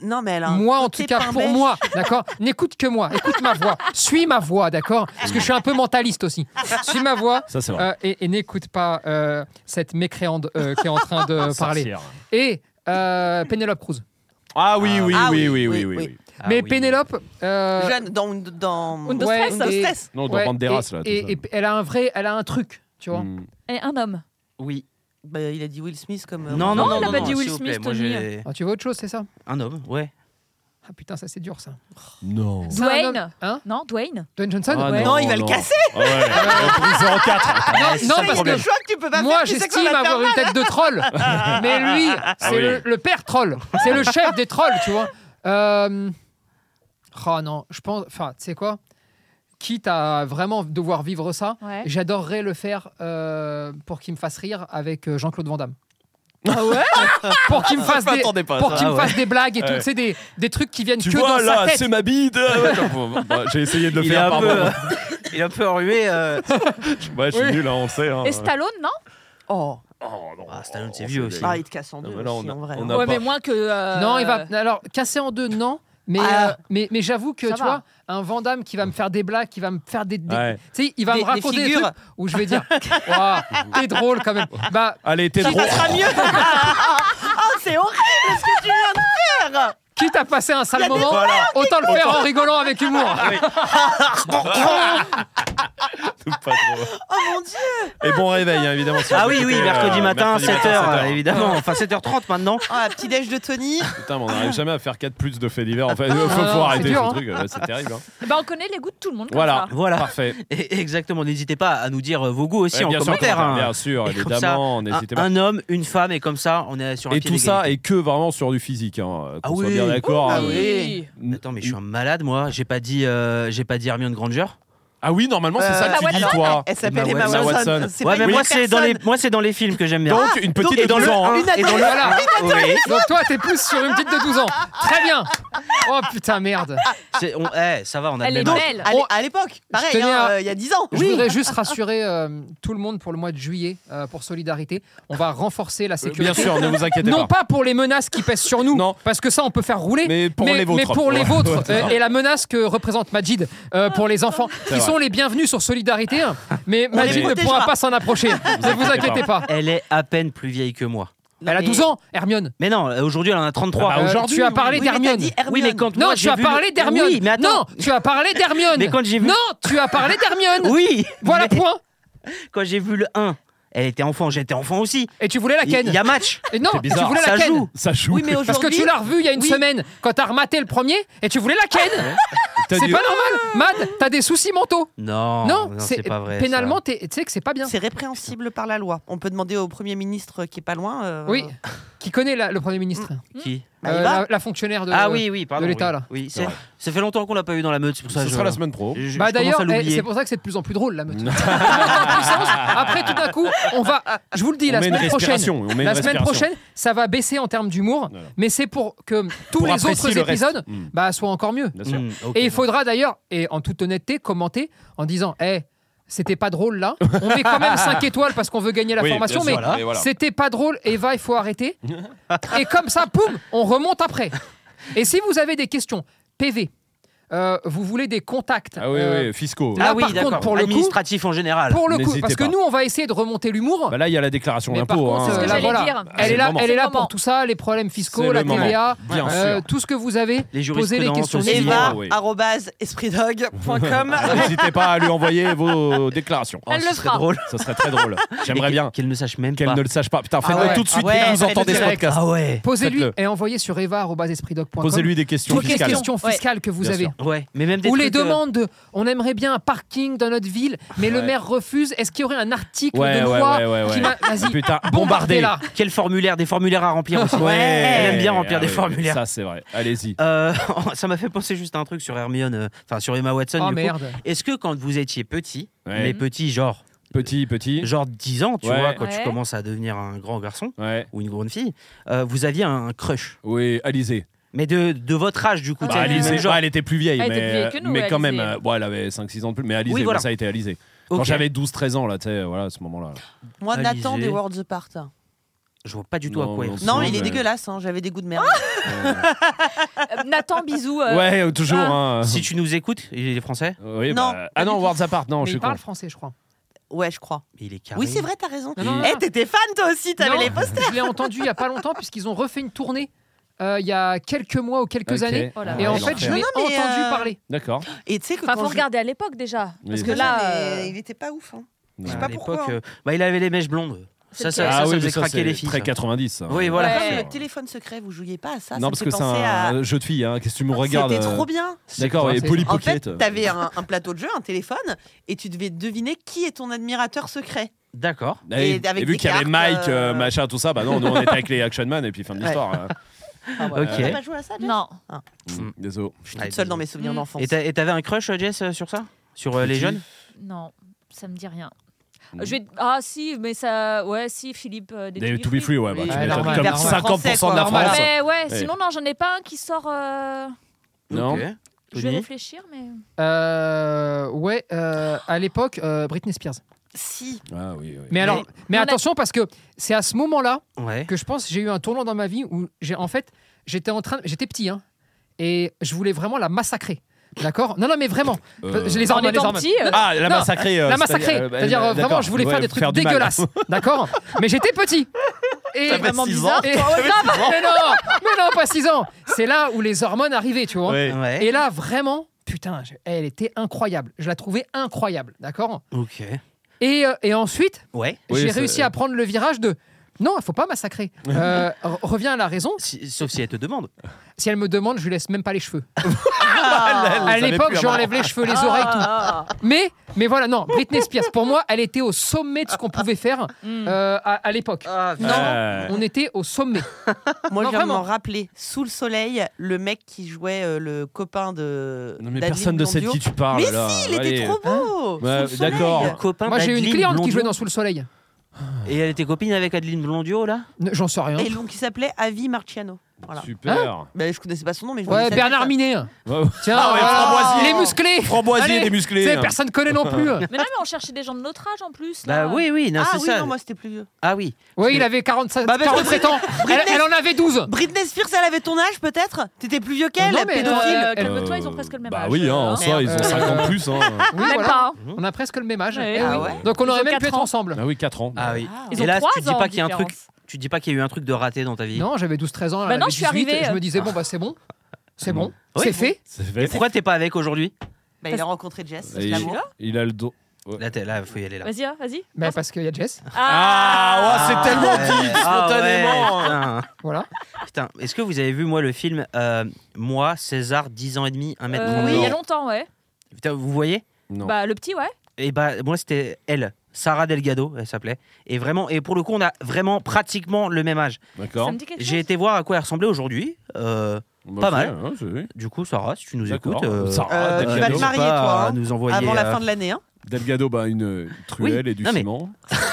Non, mais elle a un Moi, en côté tout cas, pain pour bêche. moi, d'accord. N'écoute que moi. Écoute ma voix. Suis ma voix, d'accord. Parce que je suis un peu mentaliste aussi. Suis ma voix. Ça, c'est vrai. euh, et, et n'écoute pas euh, cette mécréante euh, qui est en train de parler. Sorcière. Et euh, Pénélope Cruz. Ah oui, oui, Ah oui, oui, oui, oui, oui, oui. oui. Ah Mais oui. Pénélope. euh, Jeune, dans... dans... Undo ouais, Stress. Undo et- Stress. Non, dans ouais, Banderas, et, là. tout et- ça. et elle a un vrai, elle a un truc, tu vois. Hmm. Et un homme. Oui. Bah, il a dit Will Smith comme... euh, Non, non, Non, non, il a non, pas non, dit Will s'il vous plaît, Smith, moi, Tony. j'ai- Ah, tu veux autre chose, c'est ça? Un homme, ouais. Ah putain, ça c'est dur ça. Non. C'est un Dwayne. homme- Hein? Non, Dwayne. Dwayne Johnson? Ah, Ouais. Non, il va le casser. Ah ouais, il va le briser en quatre. Non, c'est non, ça le parce C'est problème. le choix que tu peux pas Moi, faire. tu sais que ça j'estime va te faire avoir une mal. tête de troll. Mais lui, c'est oui. le, le père troll. C'est le chef des trolls, tu vois. Euh... Oh non, je pense. Enfin, tu sais quoi? Quitte à vraiment devoir vivre ça, Ouais. j'adorerais le faire euh, pour qu'il me fasse rire avec euh, Jean-Claude Van Damme. Ah ouais? Pour qu'il me fasse Je des, m'attendais pas à pour ça. qu'il me Ah ouais. fasse des blagues et tout. Ouais. Tu sais, des, des trucs qui viennent Tu que vois, dans là, sa tête. c'est ma bide. Bah, j'ai essayé de le Il est faire un par peu, moment. euh, il est un peu enrhumé. euh. Ouais, je suis Oui. nul, hein, on le sait. hein. Et Stallone, non? Oh, Oh, non, Ah, Stallone, c'est oh, vieux aussi. ah, il te casse en deux Non, mais là, aussi, on a- en vrai. on hein. a- Ouais, pas. mais moins que. euh, Non, il va. Alors, casser en deux, non. Mais, Ah. euh, mais, mais j'avoue que, Ça tu va. vois, un Van Damme qui va me faire des blagues, qui va me faire des. des- Ouais. Tu sais, il va Des- me des raconter des, figures. trucs où je vais dire Waouh, t'es drôle quand même. Bah, Allez, t'es Ça drôle. passera mieux. Oh, c'est horrible ce que tu viens de faire. quitte à passer un sale Il y a des- moment, Voilà. autant le faire en rigolant avec humour. Tout pas trop. Oh mon Dieu. Et bon réveil, hein, évidemment. si Ah vous oui, oui, écoutez, mercredi euh, matin, mercredi sept heures, sept heures. évidemment. Enfin, sept heures trente maintenant. Oh, la petit déj de Tony. Putain, mais on n'arrive jamais à faire quatre plus de faits divers. Enfin, il faut, Ah, faut c'est arrêter dur, ce hein. truc. là, C'est terrible. hein. Bah, on connaît les goûts de tout le monde. Comme Voilà. ça. Voilà. Parfait. Et- Exactement. N'hésitez pas à nous dire vos goûts aussi Ouais, en bien sûr, commentaire. hein. Bien sûr, Et comme évidemment. Un, N'hésitez pas. un homme, une femme, et comme ça, on est sur un Et pied tout ça d'égalité. est que vraiment sur du physique. Hein, Ah qu'on soit oui. bien d'accord. Ah euh, oui. Attends, mais je suis un malade, moi. J'ai pas dit, euh, j'ai pas dit Hermione Granger. Ah oui, normalement, c'est Euh, ça que tu Emma dis, Watson. toi. Elle s'appelle Emma Emma Watson. Watson. Watson. C'est Ouais, pas mais une moi, vraie c'est dans les, personne. moi, c'est dans les films que j'aime bien. Donc, une petite et de dans douze le ans. hein. un, Une et dans le Voilà. Oui. Donc toi, t'es plus sur une petite de douze ans. Très bien. Oh putain, merde. C'est- on- eh, ça va, on a Elle le est même âge. belle. À l'é- À l'époque, pareil, tenais hein, à- euh, il y a dix ans. Je voudrais juste rassurer euh, tout le monde pour le mois de juillet, euh, pour Solidarité. On va renforcer la Euh, sécurité. Bien sûr, ne vous inquiétez Non pas. pas pour les menaces qui pèsent sur nous, Non. parce que ça on peut faire rouler, Mais pour les vôtres. mais pour les Ouais, vôtres ouais, c'est euh, ça. et la menace que représente Majid euh, pour les enfants, C'est qui vrai. sont les bienvenus sur Solidarité, hein. mais On Majid les ne protégera. pourra pas s'en approcher. Ne vous inquiétez pas. Elle est à peine plus vieille que moi. Elle a douze ans, Hermione. Mais non, euh, aujourd'hui, elle en a trente-trois. Ah bah, Euh, aujourd'hui, tu as oui. parlé Oui, mais t'as d'Hermione. dit Hermione. Oui, mais quand Non, moi, tu j'ai as vu parlé le- d'Hermione. Oui, mais attends. Non, tu as parlé d'Hermione. Mais quand j'ai vu. Non, tu as parlé d'Hermione. Oui. Voilà, mais point. Quand j'ai vu le un, elle était enfant, j'étais enfant aussi. Et tu voulais la Il ken. il y a match. Et non, C'est tu bizarre. voulais Ça la ken. joue. Ça joue. Oui, mais Parce que aujourd'hui. tu l'as revu il y a une Oui. semaine quand t'as rematé le premier et tu voulais la ken. T'as C'est dit- pas normal. Mad, t'as des soucis mentaux. Non, non, c'est pas vrai. Pénalement, ça. t'es- tu sais que c'est pas bien. C'est répréhensible par la loi. On peut demander au Premier ministre qui est pas loin. euh, Oui. Qui connaît la- le Premier ministre Qui Bah, Euh, il va. la, la fonctionnaire de. Ah oui, oui, pardon. de l'État, oui. là. Oui, C'est c'est- vrai. ça fait longtemps qu'on l'a pas eu dans la meute, c'est pour ça. Ce que sera je- la semaine pro. je- je Bah commence d'ailleurs, à eh, l'oublier. c'est pour ça que c'est de plus en plus drôle la meute. On monte en puissance. Après tout d'un coup, on va. Je vous le dis, On la met une semaine prochaine. respiration, on met une La semaine respiration. prochaine, ça va baisser en termes d'humour, Voilà. mais c'est pour que tous Pour les apprécier autres le reste. épisodes Mm. bah, soient encore mieux. Bien sûr. Hmm, ok. Et il faudra d'ailleurs, et en toute honnêteté, commenter en disant Eh, c'était pas drôle là. On met quand même cinq étoiles parce qu'on veut gagner la Oui, formation, bien mais sûr, et voilà. c'était pas drôle, Eva, il faut arrêter. Et comme ça, poum, on remonte après. Et si vous avez des questions, P V, euh, vous voulez des contacts Ah oui, euh, oui, fiscaux. là, Ah oui, par contre, d'accord. pour le coup- Administratif en général. Pour le coup, N'hésitez parce que pas. nous, on va essayer de remonter l'humour. Bah là, il y a la déclaration Mais par d'impôt. contre, hein. c'est ce que là, j'allais voilà. dire. Elle C'est est là, le moment. elle est là C'est le pour moment. tout ça, les problèmes fiscaux, C'est la le moment. T V A, Bien euh, sûr. tout ce que vous avez. Les Posez les jurisprudences questions aussi. nécessaires. Eva, Ah oui. arobase espritdog point com. N'hésitez pas à lui envoyer vos déclarations. Oh, Elle ce le serait fera. drôle. Ça serait très drôle. J'aimerais Et bien Qu'elle ne sache même qu'elle pas. ne le sache pas. Putain, faites-le ouais. tout de suite Ah ouais, dès que vous faites-le entendez ce direct. podcast. Ah ouais. Posez-lui Faites-le. et envoyez sur eva arobase espritdog point com Posez-lui des questions toutes les fiscales. questions Ouais. fiscales que vous Bien avez. sûr. Ouais, mais même des Ou trucs, les euh, demandes de on aimerait bien un parking dans notre ville, mais le Ouais. maire refuse. Est-ce qu'il y aurait un article Ouais, de ouais, loi ouais, ouais, qui ouais. m'a. Vas-y, Putain, bombardez bombardez là. Quel formulaire, des formulaires à remplir aussi. Ouais. Elle aime bien remplir Ah des oui, formulaires. Ça, c'est vrai. Allez-y. Euh, ça m'a fait penser juste à un truc sur Hermione, euh, enfin sur Emma Watson. Oh du coup. merde. Est-ce que quand vous étiez petit, Ouais. mais petit genre, Petit, petit. genre dix ans, tu Ouais. vois, quand tu Ouais. commences à devenir un grand garçon Ouais. ou une grande fille, euh, vous aviez un crush. Oui, Alizé. Mais de, de votre âge, du coup. Ah, tu sais, Bah, du Alizé, même genre. ah, elle était plus vieille, Elle mais, était plus vieille que nous, mais quand Alizé. même, euh, bon, elle avait cinq six ans de plus, mais Alizé, Oui, voilà. moi, ça a été Alizé. Quand Ok. j'avais douze treize ans, là, tu sais, voilà, à ce moment-là. Moi, Alizé. Nathan des Worlds Apart. Je vois pas du tout Non, à quoi il non, ressemble. Non, mais il est mais- dégueulasse, hein, j'avais des goûts de merde. Euh, Nathan, bisous. euh, Ouais, euh, toujours. hein. Si tu nous écoutes, il est français. Oui, Non, bah- pas Ah du non, tout. Worlds Apart, non, Mais je il suis parle con. français, je crois. Ouais, je crois. Il est carré. Oui, c'est vrai, t'as raison. Non, non, Eh, non. t'étais fan toi aussi, t'avais Non, les posters. Je l'ai entendu il y a pas longtemps puisqu'ils ont refait une tournée euh, il y a quelques mois ou quelques Ok. années. Oh là Et là. en Ouais, fait, je l'enfer. l'ai Non, non, mais, entendu euh, parler. D'accord. Et tu sais que Enfin, quand faut je- regarder à l'époque déjà. Oui, Parce c'est que ça. là. Mais euh, il était pas ouf. Hein. Je sais À pas l'époque, pourquoi, hein. euh, bah, il avait les mèches blondes. C'est Ça, le ça, cas. ça, Ah ça oui, faisait mais ça, craquer c'est les filles. très ça. quatre-vingt-dix. ça. Oui, voilà. Comme Ouais. le téléphone secret, vous jouiez pas à ça. Non, ça parce me que fait c'est penser à- un jeu de filles. Hein. Qu'est-ce que tu me regardes C'était euh, trop bien. D'accord, quoi, et c'est- Polly En fait, Pocket. t'avais un, un plateau de jeu, un téléphone, et tu devais deviner qui est ton admirateur secret. D'accord. Et, Et avec et vu des qu'il y avait cartes, Mike, euh, euh, machin, tout ça, bah non, nous on était avec les Action Man et puis fin de Ouais. l'histoire. hein. Ah, voilà. Ok. T'as pas joué à ça, Jess Non. Mm, Désolé. Je suis toute seule dans mes souvenirs Mm. d'enfance. Et t'a- et t'avais un crush, Jess, euh, sur ça Sur euh, les Qui jeunes Non, ça me dit rien. Mm. Je vais... Ah si, mais ça... Ouais, si, Philippe euh, des Des To To Be Be Free. Free, ouais, bah, Oui. tu Ouais, m'étonnes. normal, Comme normal. cinquante pour cent de la Français, quoi, France. Mais ouais, Ouais. sinon, non, j'en ai pas un qui sort... euh, Non. Ok. Je vais Tony réfléchir, mais... Euh, ouais, euh, à l'époque, euh, Britney Spears. Si. Ah oui, oui. Mais, Mais- alors, mais on a- attention parce que c'est à ce moment-là Ouais. que je pense que j'ai eu un tournant dans ma vie où j'ai en fait j'étais en train, j'étais petit hein, et je voulais vraiment la massacrer. D'accord. Non non mais vraiment. Euh, Je les En hormones, les étant hormones. petit, euh, Ah, la Non, massacrée. euh, La massacrer. c'est-à-dire, euh, C'est-à-dire euh, d'accord, vraiment, je voulais faire ouais, des trucs du mal. dégueulasses. D'accord. Mais j'étais petit. Et T'avais vraiment six bizarre. ans. Et- toi, ouais, grave. mais non, mais non, pas six ans. C'est là où les hormones arrivaient, tu vois. Ouais. Ouais. Et là, vraiment, putain, je- elle était incroyable. Je la trouvais incroyable, d'accord. Ok. Et, euh, et ensuite, Ouais. Oui, j'ai c'est- réussi à prendre le virage de non, il faut pas massacrer. Euh, re- reviens à la raison. Si- sauf si elle te demande. Si elle me demande, je lui laisse même pas les cheveux. Ah. Elle À les avait l'époque, plus, j'enlève les cheveux, les oreilles, tout. Ah. Mais, mais voilà, non, Britney Spears, pour moi, elle était au sommet de ce qu'on pouvait faire Mm. euh, à, à l'époque. Ah, Non, Ouais. on était au sommet. Moi, Non, je viens de vraiment. m'en rappeler. Sous le soleil, le mec qui jouait euh, le copain de. Non, mais d'Adeline personne ne sait de Blondio. qui tu parles. Mais là. si, il Allez. était trop beau. Ouais, Sous le soleil. d'accord. Copain Moi, j'ai eu une d'Adeline cliente qui Blondio. jouait dans Sous le soleil. Et elle était copine avec Adeline Blondio, là Ne- J'en sais rien. Et donc, qui s'appelait Avi Marciano. Voilà. Super. Ben, je connaissais pas son nom, mais je Ouais, voyais sa Bernard tête. Minet. Ouais. Tiens, Ah ouais, voilà. Framboisier. Les musclés. Framboisier Allez, des musclés. Tu sais, personne connaît non plus. Mais non, mais on cherchait des gens de notre âge en plus. Bah là. oui, oui, non, Ah c'est oui, ça. non, moi c'était plus vieux. Ah oui. Oui, il avait quarante-sept, Bah, parce que quarante-sept ans. Elle, Britney- elle en avait douze. Britney Spears, elle avait ton âge peut-être. T'étais plus vieux qu'elle, Non, mais, pédophile. Euh, Elle- Calme-toi, ils ont presque le même Bah âge. oui, hein, en hein. soi, ils ont Euh, cinquante plus. Hein. Oui, Même voilà. pas. On a presque le même âge. Ouais. Eh Ah oui. ouais. Donc on Ils aurait ont même pu quatre être ans. ensemble. Ah oui, quatre ans. Ah oui. Ils Et ont là, trois tu dis ans pas de qu'il y a un truc. différence. Tu dis pas qu'il y a eu un truc de raté dans ta vie. Non, j'avais douze treize ans. Elle Bah non, avait je suis dix-huit. arrivée, Je me euh. disais, bon, bah c'est bon. C'est bon. Oui. C'est fait. C'est Et fait. pourquoi t'es pas avec aujourd'hui Bah, il a rencontré Jess. Et l'amour. il a le dos. Là, t'es- là, faut y aller là. Vas-y, hein, vas-y. Bah, parce qu'il y a Jess. Ah, ouais, c'est tellement dit Ah ouais, spontanément. putain. Voilà. Putain, est-ce que vous avez vu, moi, le film euh, Moi, César, dix ans et demi, un mètre Euh, trente-deux. oui, il y a longtemps, ouais. Putain, vous voyez Non. Bah, le petit, ouais. Et bah, moi, c'était elle, Sarah Delgado, elle s'appelait. Et vraiment, et pour le coup, on a vraiment pratiquement le même âge. D'accord. Ça me dit quelque J'ai chose. été voir à quoi elle ressemblait aujourd'hui. Euh, Bah, pas ok, mal. hein, c'est- oui. du coup, Sarah, si tu nous D'accord. écoutes, euh, Sarah, Euh, tu vas Delgado. te marier, n'hésite pas toi, à hein, nous envoyer Avant la euh, fin de l'année. Hein. Delgado, bah, une truelle et du non, mais- ciment.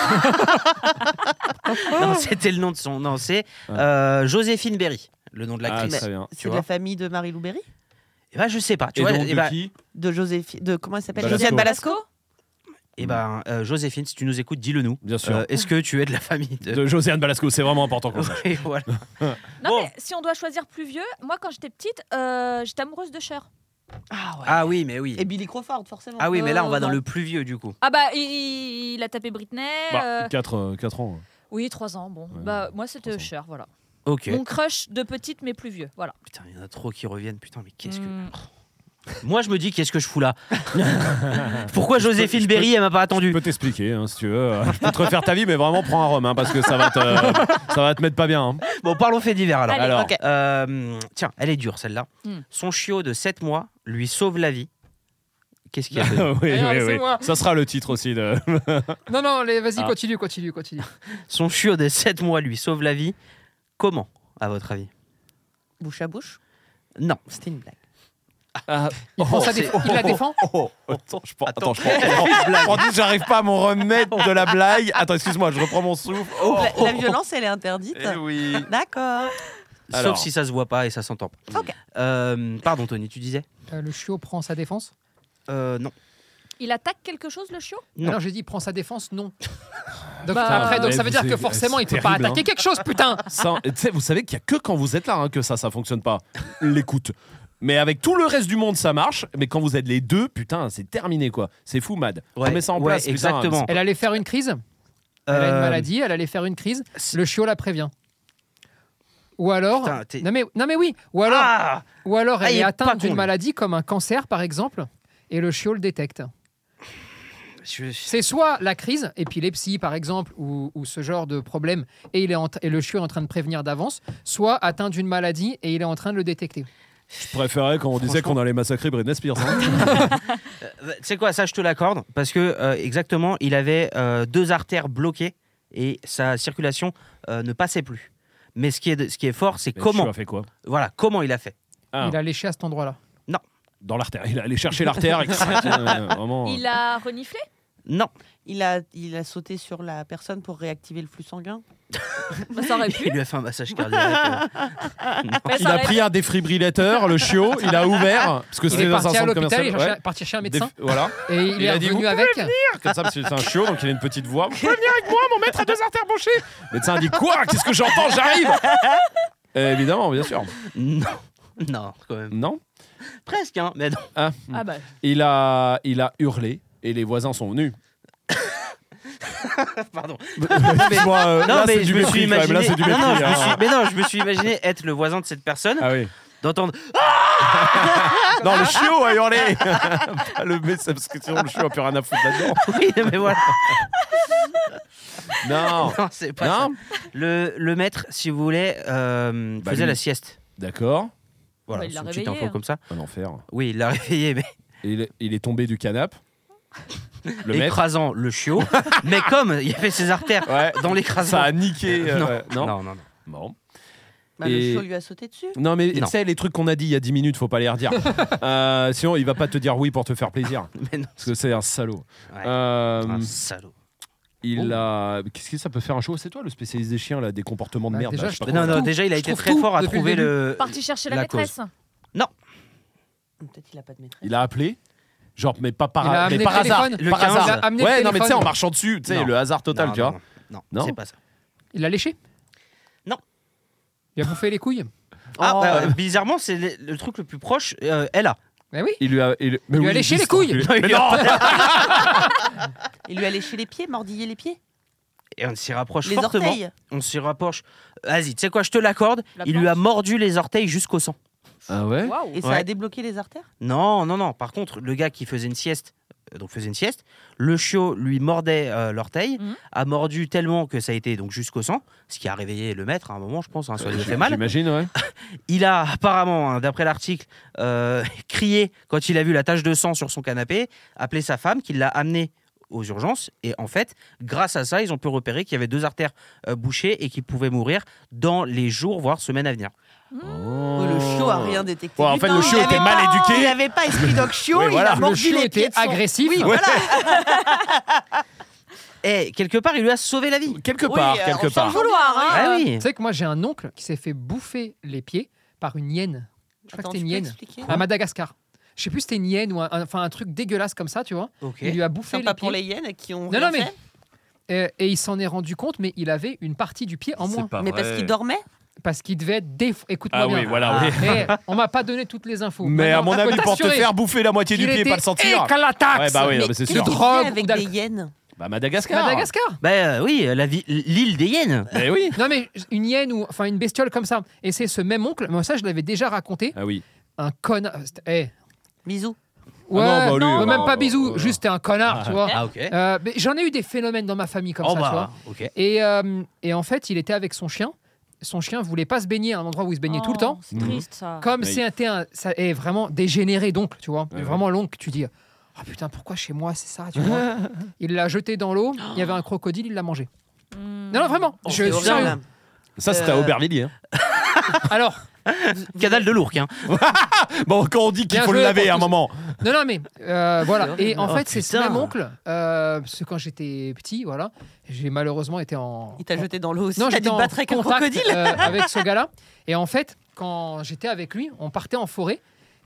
non, c'était le nom de son. Non, c'est euh, Joséphine Berry, le nom de Ah, l'actrice. très bien. C'est Tu de vois. la famille de Marie-Lou Berry. Et bah, je sais pas. Tu Et vois, donc, et de bah, qui De Joséphine. De comment elle s'appelle Balasco. Josiane Balasco. et bah, euh, Joséphine, si tu nous écoutes, dis-le nous. Bien sûr. Euh, Est-ce que tu es de la famille de. De Josiane Balasco, c'est vraiment important qu'on sache. Oui, voilà. Non, Bon. mais si on doit choisir plus vieux, moi, quand j'étais petite, euh, j'étais amoureuse de Cher. Ah ouais. Ah oui, mais oui. Et Billy Crawford, forcément. Ah oui, mais là, on va Euh, dans non. le plus vieux, du coup. Ah bah, il, il a tapé Britney. Bah, euh, quatre ans. Oui, trois ans. Bon, Ouais, bah, moi, c'était trois ans. Cher, voilà. Ok. Mon crush de petite, mais plus vieux, voilà. Putain, il y en a trop qui reviennent. Putain, mais qu'est-ce que. Mm. Moi, je me dis, qu'est-ce que je fous là Pourquoi Je peux- Joséphine je peux- Berry, elle m'a pas Je attendu peux t'expliquer, hein, si tu veux. Je peux te refaire ta vie, mais vraiment, prends un rhum, hein, parce que ça va te, ça va te mettre pas bien. hein. Bon, parlons fait divers alors. Allez, Alors, ok. Euh, tiens, elle est dure celle-là. Hmm. Son chiot de sept mois lui sauve la vie. Qu'est-ce qu'il y a oui, oui, Allez, oui. laissez-moi. Ça sera le titre aussi. De... Non, non, les- vas-y, Ah. continue, continue, continue. Son chiot de sept mois lui sauve la vie. Comment, à votre avis Bouche à bouche. Non. C'était une blague. Ah, Il, prend sa c'est- déf- il la défend. oh, oh, attends, je pense. Attends. Attends, je pense. En plus, j'arrive pas à m'en remettre de la blague. Attends, excuse-moi, je reprends mon souffle. Oh, La, la violence, elle est interdite. eh oui. D'accord. Alors. Sauf si ça se voit pas et ça s'entend pas. Ok. Euh, pardon, Tony, tu disais Euh, le chiot prend sa défense. euh, Non. Il attaque quelque chose, le chiot? Non. Alors j'ai dit, prend sa défense, non. Donc, Bah, après, donc mais ça veut vous- dire que c'est- forcément, c'est il peut pas terrible, attaquer hein. quelque chose, putain. Ça, tu sais, vous savez qu'il y a que quand vous êtes là hein, que ça, ça fonctionne pas. L'écoute. Mais avec tout le reste du monde, ça marche. Mais quand vous êtes les deux, putain, c'est terminé quoi. C'est fou, Mad. Ouais, Remets ça en ouais, place. putain, exactement. Elle allait faire une crise. Elle a une Euh, maladie, elle allait faire une crise. c'est- Le chiot la prévient. Ou alors, Putain, t'es- non mais non mais oui. Ou alors, Ah ou alors Ah, elle il est est pas atteinte con, d'une lui. maladie comme un cancer par exemple, et le chiot le détecte. je- C'est soit la crise, épilepsie par exemple, ou, ou ce genre de problème, et, il est en t- et le chiot est en train de prévenir d'avance, soit atteint d'une maladie et il est en train de le détecter. Je préférais quand on disait Franchement. qu'on allait massacrer Britney Spears. hein. Euh, Tu sais quoi, ça je te l'accorde, parce que euh, exactement, il avait euh, deux artères bloquées et sa circulation euh, ne passait plus. Mais ce qui est, de- ce qui est fort, c'est Mais comment, Tu as fait quoi voilà, comment il a fait. Ah. Il a léché à cet endroit-là. Dans l'artère. Il est allé chercher l'artère. et- Euh, vraiment. Il a reniflé? Non, Il a, il a sauté sur la personne pour réactiver le flux sanguin. Bah, ça aurait pu. il lui a fait un massage cardiaque. euh. Mais Il ça a aurait pris un défibrillateur, le chiot, il a ouvert parce que Il c'était est dans un parti à centre l'hôpital, commercial. il est Ouais. cherché- parti chez un médecin, Déf- Voilà, et il, Il est a dit, revenu vous avec. comme ça parce que c'est un chiot, donc il a une petite voix. Vous pouvez venir avec moi, mon maître a deux artères bouchées. Le médecin a dit quoi? Qu'est-ce que j'entends? J'arrive. Euh, Évidemment, bien sûr. Non, non, quand même. Non. Presque, hein, mais non. Ah. Ah bah. Il a, il a hurlé et les voisins sont venus. Pardon. Excuse-moi, euh, Non, là, mais c'est je du me suis mépris quand même. imaginé. Là, c'est du non, non, mépris. je me hein. suis... mais non, je me suis imaginé être le voisin de cette personne, Ah oui. d'entendre. Non, le chiot a hurlé. Pas le médecin, parce que sinon le chiot a plus rien à foutre là-dedans. Oui, mais voilà. Non. Non, c'est pas Non. ça. Le, le maître, si vous voulez, euh, Bah, faisait lui. la sieste. D'accord. Voilà, Bah, il l'a c'est une petite réveillé, info hein. comme ça. Un enfer. Oui, il l'a réveillé, mais Et il, est, il est tombé du canapé. Le maître. écrasant le chiot. Mais comme il avait ses artères Ouais. dans Ça l'écrasement. a niqué. euh, non. ouais. non. non, non, non. Bon. Bah, Et- Le chiot lui a sauté dessus. Non, mais tu Non. sais, les trucs qu'on a dit il y a dix minutes, faut pas les redire. Euh, sinon, il va pas te dire oui pour te faire plaisir. Mais non. Parce que c'est un salaud. Ouais. Euh, Un salaud. il Oh. a. Qu'est-ce que ça peut faire un show? C'est toi le spécialiste des chiens, là, des comportements de Bah, merde. déjà, là, je sais pas Mais quoi. non, non, tout. déjà, il a Je été trouve très tout fort à depuis trouver le le. Parti chercher la, La maîtresse. Peut-être qu'il a pas de maîtresse. Il a appelé. Genre, mais pas par, Il a mais amené par le hasard. téléphone. Le Par quinze. hasard. Il a amené le Ouais, non, mais tu sais, téléphone. en marchant dessus, tu sais, Non. le hasard total, Non, tu non, vois. Non, Non. c'est pas ça. Il l'a léché. Non. Il a bouffé les couilles. Ah, Oh. bah, bizarrement, c'est le, le truc le plus proche. Euh, elle a. Mais oui. Il lui a. Il, mais lui a oui, léché juste les couilles. enculé. Mais Il non. Il lui a léché les pieds, mordillé les pieds. Et on s'y rapproche Les fortement. orteils. On s'y rapproche. Vas-y, tu sais quoi, je te l'accorde. La Il lui a planche. mordu les orteils jusqu'au sang. Ah ouais. Waouh. Et ça Ouais. a débloqué les artères. Non, non, non. Par contre, le gars qui faisait une sieste, euh, donc faisait une sieste, le chiot lui mordait euh, l'orteil, Mhm. a mordu tellement que ça a été donc jusqu'au sang, ce qui a réveillé le maître à un moment, je pense. Hein, ça lui a fait mal. J'imagine, ouais. Il a apparemment, hein, d'après l'article, euh, crié quand il a vu la tache de sang sur son canapé, appelé sa femme, qui l'a amené aux urgences. Et en fait, grâce à ça, ils ont pu repérer qu'il y avait deux artères euh, bouchées et qu'il pouvait mourir dans les jours, voire semaines à venir. Oh, le chiot a rien détecté. Ouais, en du fait, tout. le chiot Il était avait mal pas- éduqué. Il n'avait pas esprit dog chiot. Oui, il voilà. a Le mordu chiot les était pieds de son- agressif. Oui, Ouais. voilà. Et quelque part, il lui a sauvé la vie. Quelque Oui, part, euh, quelque on s'en part. fout. vouloir, hein. Ah Tu oui. sais que moi j'ai un oncle qui s'est fait bouffer les pieds par une hyène. Je crois Attends, que c'était tu une peux hyène expliquer à Madagascar. Je sais plus si c'était une hyène ou un, un- enfin un truc dégueulasse comme ça, tu vois. Ok. Il lui a bouffé Sympa les pour pieds. les hyènes qui ont Non, rien non, mais- fait. Et, et il s'en est rendu compte, mais il avait une partie du pied en moins. Mais parce qu'il dormait. Parce qu'il devait être déf... Écoute-moi Ah bien. oui, voilà, oui. Mais on m'a pas donné toutes les infos. Mais à Maintenant, mon on peut avis, pour te t'assurer faire bouffer la moitié du qu'il pied et était pas le sentir. éclataxe. Ouais, bah oui, non, mais c'est qu'est-ce sûr. qu'il Drogue fait avec ou des d'alcool. hyènes. Bah, Madagascar. Madagascar. Ben euh, oui, la vi- l'île des hyènes. Mais oui. Non mais une hyène ou enfin une bestiole comme ça. Et c'est ce même oncle. Moi ça je l'avais déjà raconté. Ah oui. Un connard. Eh. Bisous. Ouais. non, bah, lui, ouais, bah, même pas bah, bisous. bah, Juste t'es un connard, tu vois. Ah ok. Euh, mais j'en ai eu des phénomènes dans ma famille comme oh ça, tu vois. bah, ok. Et, euh, et en fait, il était avec son chien. Son chien voulait pas se baigner à un endroit où il se baignait tout le Oh, temps. C'est Mhm. triste ça. Comme Oui. c'était un, ça est vraiment dégénéré donc, tu vois, Ouais, vraiment long que tu dis. Oh putain, pourquoi chez moi c'est ça, tu vois. Il l'a jeté dans l'eau. Il y avait un crocodile, il l'a mangé. Hmm. Non, non, vraiment. Oh, je c'est suis horrible. sérieux. Ça, c'était à Euh, Aubervilliers. hein. Alors, Canal de l'Ourcq. Hein. Bon, quand on dit qu'il Bien faut le joué laver pour à un tous. moment. non, non, mais euh, voilà. Et en Oh, fait, c'est ce putain. même oncle. Euh, parce que quand j'étais petit, voilà, j'ai malheureusement été en. Il t'a jeté dans l'eau aussi. Non, T'as dû j'étais te en battre avec un contact crocodile. euh, avec ce gars-là. Et en fait, quand j'étais avec lui, on partait en forêt.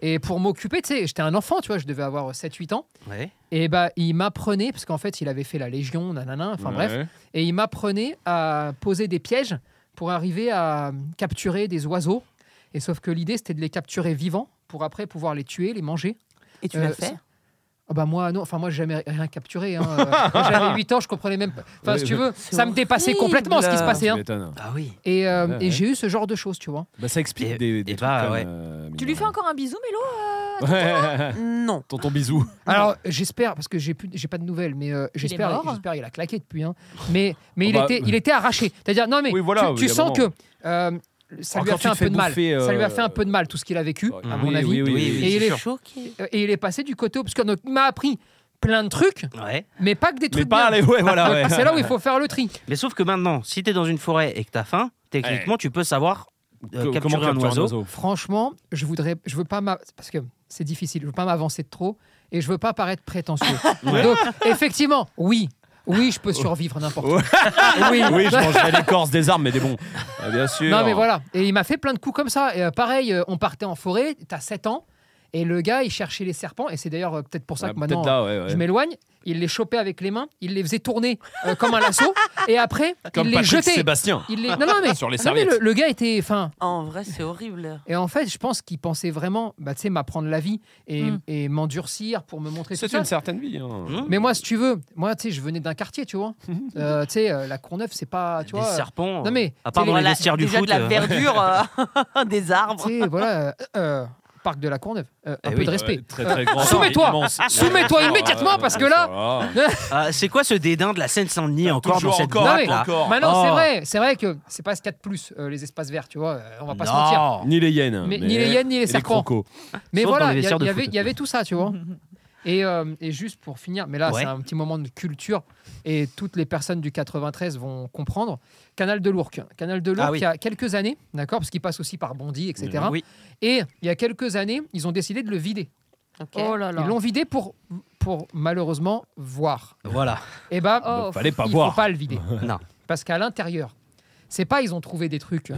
Et pour m'occuper, tu sais, j'étais un enfant, tu vois, je devais avoir sept huit ans. Ouais. Et bah, il m'apprenait, parce qu'en fait, il avait fait la Légion, nanana, enfin Ouais. bref. Et il m'apprenait à poser des pièges pour arriver à capturer des oiseaux. Et sauf que l'idée, c'était de les capturer vivants pour après pouvoir les tuer, les manger. Et tu Euh, l'as fait Ah bah moi, non, enfin moi, j'ai jamais rien capturé. Hein. Euh, moi, j'avais huit ans, je comprenais même pas. Enfin, Ouais, si tu ouais. veux, C'est ça me dépassait horrible. complètement ce qui se passait. Tu Hein. m'étonnes. Ah oui. Et, euh, Ouais, et ouais. j'ai eu ce genre de choses, tu vois. Bah, ça explique Et- des, des et trucs bah, comme, ouais. euh, Tu lui fais encore un bisou, Mélo euh, Ouais. Non. Tonton bisou. Alors j'espère, parce que j'ai plus, j'ai pas de nouvelles, mais euh, j'espère, mort j'espère il a claqué depuis. Hein. Mais, mais Oh il bah, était, il était arraché. C'est-à-dire, non mais Oui, voilà, tu, tu évidemment. sens que euh, ça Oh, lui a quand fait tu un te fais peu de mal. bouffer, Ça lui a euh, fait un peu de mal tout ce qu'il a vécu, à Oui, mon avis. oui, oui, Oui, oui. oui, Et il c'est est sûr. Choqué. Euh, Et il est passé du côté obscur. Donc il m'a appris plein de trucs, Ouais. mais pas que des Mais trucs pas bien. les. Ouais, voilà. ouais. C'est là où il faut faire le tri. Mais sauf que maintenant, si t'es dans une forêt et que t'as faim, techniquement, tu peux savoir euh, Co- capturer comment un capturer oiseau. Franchement, je voudrais, je veux pas m'a- parce que c'est difficile. Je veux pas m'avancer de trop et je veux pas paraître prétentieux. Ouais. Donc effectivement, oui, oui, je peux survivre n'importe où. Ouais. Oui, Oui, je mangerais l'écorce des arbres, mais des bons. Ah, bien sûr. Non mais voilà. Et il m'a fait plein de coups comme ça. Et euh, pareil, euh, on partait en forêt. T'as sept ans et le gars il cherchait les serpents et c'est d'ailleurs euh, peut-être pour ça Ah, que peut-être maintenant là, ouais, ouais. je m'éloigne. Il les chopait avec les mains, il les faisait tourner euh, comme un lasso et après Comme il les Patrick jetait. Sébastien. Il les... Non non mais Sur les non, mais le, serviettes. le gars était fin. En vrai, c'est horrible. Et en fait, je pense qu'il pensait vraiment, bah, tu sais, m'apprendre la vie et, Mm. et m'endurcir pour me montrer tout C'est ça. une certaine vie. hein. Mmh. Mais moi, si tu veux, moi, tu sais, je venais d'un quartier, tu vois. Euh, tu sais, euh, la Courneuve, c'est pas, tu Des vois. euh, serpents. Non mais, À part tu sais, dans les les- vestiaires du Déjà foot. de la euh, verdure, euh, des arbres. tu sais, voilà, euh, euh, parc de la Courneuve, euh, un Eh peu oui. de respect. Ouais, très, Euh, très grand. soumets-toi, Immense. soumets-toi Ouais, immédiatement ouais, parce que ouais, là- ça va. Ah, c'est quoi ce dédain de la Seine-Saint-Denis Ah, encore dans toujours cette encore, boîte Non, mais- là encore. Maintenant, Oh. c'est vrai, c'est vrai que c'est pas ce qu'il y a de plus, euh, les espaces verts, tu vois. euh, on va pas se Non. mentir. Ni les hyènes. Mais- ni les hyènes, ni les et serpents. crocos. Mais Sauf dans voilà, les il y, a- vestiaires de il y avait, foot. il y avait tout ça, tu vois. Et, euh, et juste pour finir, mais là, Ouais. c'est un petit moment de culture et toutes les personnes du quatre-vingt-treize vont comprendre. Canal de l'Ourcq. Canal de l'Ourcq, Ah oui. il y a quelques années, d'accord, parce qu'il passe aussi par Bondy, et cetera. Oui. Et il y a quelques années, ils ont décidé de le vider. Ok. Oh là là. Ils l'ont vidé pour, pour malheureusement voir. Voilà. Et bah, Oh, Fallait pas il boire. faut pas le vider. Non. Parce qu'à l'intérieur, c'est pas ils ont trouvé des trucs.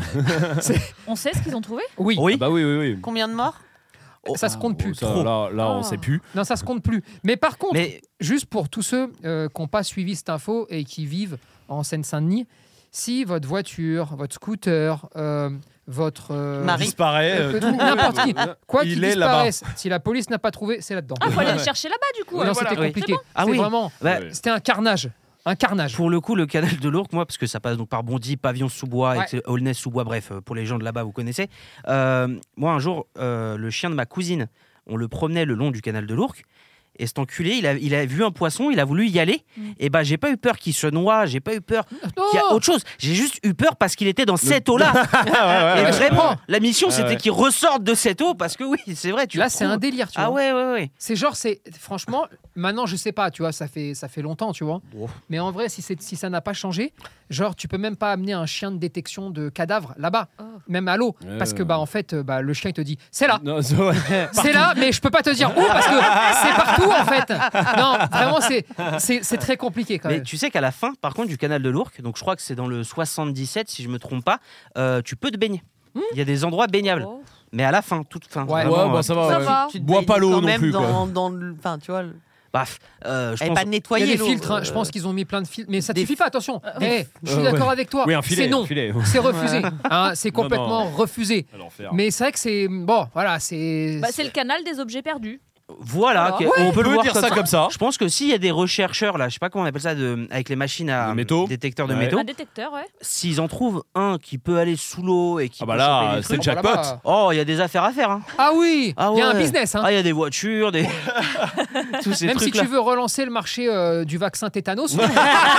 On sait ce qu'ils ont trouvé Oui, Oui. Ah bah oui, oui, oui. Combien de morts ça se compte plus. Ça, là, là, on Oh. sait plus. Non, ça se compte plus. Mais par contre, Mais juste pour tous ceux euh, qui n'ont pas suivi cette info et qui vivent en Seine-Saint-Denis, si votre voiture, votre scooter, euh, votre... euh, Marie. Disparaît. euh, euh, tout- n'importe qui, quoi Il qu'il est là-bas. disparaisse, si la police n'a pas trouvé, c'est là-dedans. Ah, faut aller le chercher là-bas du coup. non, alors. voilà. c'était Oui. compliqué. Ah C'est oui. vraiment... bah, Ouais. C'était un carnage. Un carnage. pour le coup, le canal de l'Ourcq, moi, parce que ça passe donc par Bondy, Pavillon-sous-Bois, Ouais. et Aulnay-sous-Bois, bref, euh, pour les gens de là-bas, vous connaissez. Euh, moi, un jour, euh, le chien de ma cousine, on le promenait le long du canal de l'Ourcq. Et cet enculé, il a, il a vu un poisson, il a voulu y aller. Mm. Et bah, j'ai pas eu peur qu'il se noie, j'ai pas eu peur Non, qu'il y a autre chose. J'ai juste eu peur parce qu'il était dans cette eau-là. Ah, Et ouais, vraiment, ouais. la mission, Ouais, c'était ouais. qu'il ressorte de cette eau parce que oui, c'est vrai. Tu là, le c'est un trouves. délire, tu Ah vois. ouais, ouais, ouais. C'est genre, c'est franchement, maintenant, je sais pas, tu vois, ça fait, ça fait longtemps, tu vois. Oh. Mais en vrai, si, c'est- si ça n'a pas changé, genre, tu peux même pas amener un chien de détection de cadavres là-bas, Oh. même à l'eau, Ouais, parce que ouais. bah en fait, euh, bah, le chien il te dit, c'est là. Non, c'est ouais. C'est là, mais je peux pas te dire où parce que c'est partout en fait. Non, vraiment, c'est, c'est, c'est très compliqué quand Mais même. tu sais qu'à la fin, par contre, du canal de l'Ourcq, donc je crois que c'est dans le soixante-dix-sept, si je me trompe pas, euh, tu peux te baigner. Il y a des endroits baignables. Oh. Mais à la fin, toute fin. Ouais. vraiment, Ouais, bah euh, ça va. Ça ouais. va. Tu te Bois pas baignes l'eau quand non même plus, quoi. dans, dans le... Enfin, tu vois, le- Bref, euh, je elle est pense. pas Il y nettoyée, a des l'eau. filtres, hein, Euh, je pense qu'ils ont mis plein de filtres, mais ça des suffit pas, attention. des- Eh, je suis Euh, d'accord ouais. avec toi. Oui, un filet. c'est non, un filet. c'est refusé. Hein, c'est Non, complètement non. refusé. À l'enfer. Mais c'est vrai que c'est bon, voilà, c'est. Bah, c'est le canal des objets perdus. Voilà, Alors, ok, ouais, on peut le voir dire comme ça ça. comme ça. Je pense que s'il y a des rechercheurs, là, je sais pas comment on appelle ça, de, avec les machines à De métaux. détecteurs de Ouais. métaux, Un détecteur, ouais. s'ils en trouvent un qui peut aller sous l'eau et qui Ah bah peut là, choper des c'est le trucs, Bon, bah, jackpot. là-bas. oh, il y a des affaires à faire. Hein. Ah oui, il Ah y a un ouais. business. Hein. Ah, il y a des voitures, des. Tous ces Même si trucs-là. tu veux relancer le marché euh, du vaccin tétanos, euh,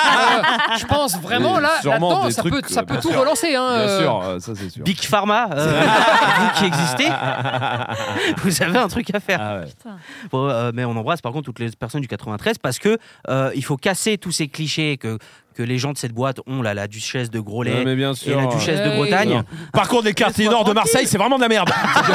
je pense vraiment Et là, sûrement là-dedans, des ça peut, trucs, ça euh, peut bien tout sûr. relancer. Hein, Bien euh. sûr, euh, ça c'est sûr. Big Pharma, euh, vous qui existez, vous avez un truc à faire. Ah ouais. Bon, euh, mais on embrasse par contre toutes les personnes du quatre-vingt-treize parce que euh, il faut casser tous ces clichés que que les gens de cette boîte ont là, la duchesse de Groslay Ouais, mais bien et sûr. la duchesse de Ouais, Bretagne. non. Par contre, les quartiers nord de Marseille, c'est vraiment de la merde.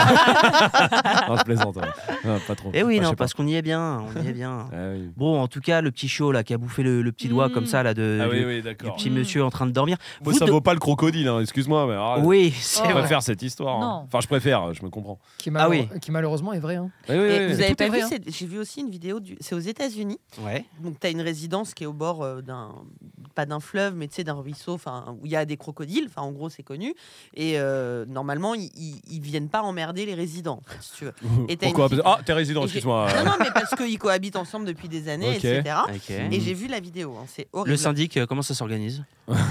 Non, je plaisante. ouais. Non, pas trop. Eh oui, Enfin, je non, sais pas. parce qu'on y est bien, on y est bien. Ah oui. Bon, en tout cas, le petit chiot là qui a bouffé le, le petit doigt Mm. comme ça là de Ah oui, du, oui, du d'accord. petit Mm. monsieur en train de dormir. Moi, Vous ça deux- vaut pas le crocodile, hein, excuse-moi. Mais arrête. Oui, c'est Oh. Je vrai. préfère cette histoire. hein. Non. Enfin, je préfère, je me comprends. Qui, Ah malheure- oui. qui malheureusement est vrai. hein. Oui, oui, Et oui. vous Tout avez est pas vrai, vu, hein. c'est- j'ai vu aussi une vidéo, du... c'est aux États-Unis. Ouais. Donc, tu as une résidence qui est au bord euh, d'un, pas d'un fleuve, mais tu sais, d'un ruisseau, enfin, où il y a des crocodiles. Enfin, en gros, c'est connu. Et euh, normalement, ils, ils, ils viennent pas emmerder les résidents, en fait, si tu veux. Et t'as Pourquoi une fille- Ah, t'es résident, Et j'ai- excuse-moi. Non, non, mais parce qu'ils cohabitent ensemble depuis des années, Ok. et cetera. Ok. Et j'ai vu la vidéo, hein, c'est horrible. Le syndic, euh, comment ça s'organise?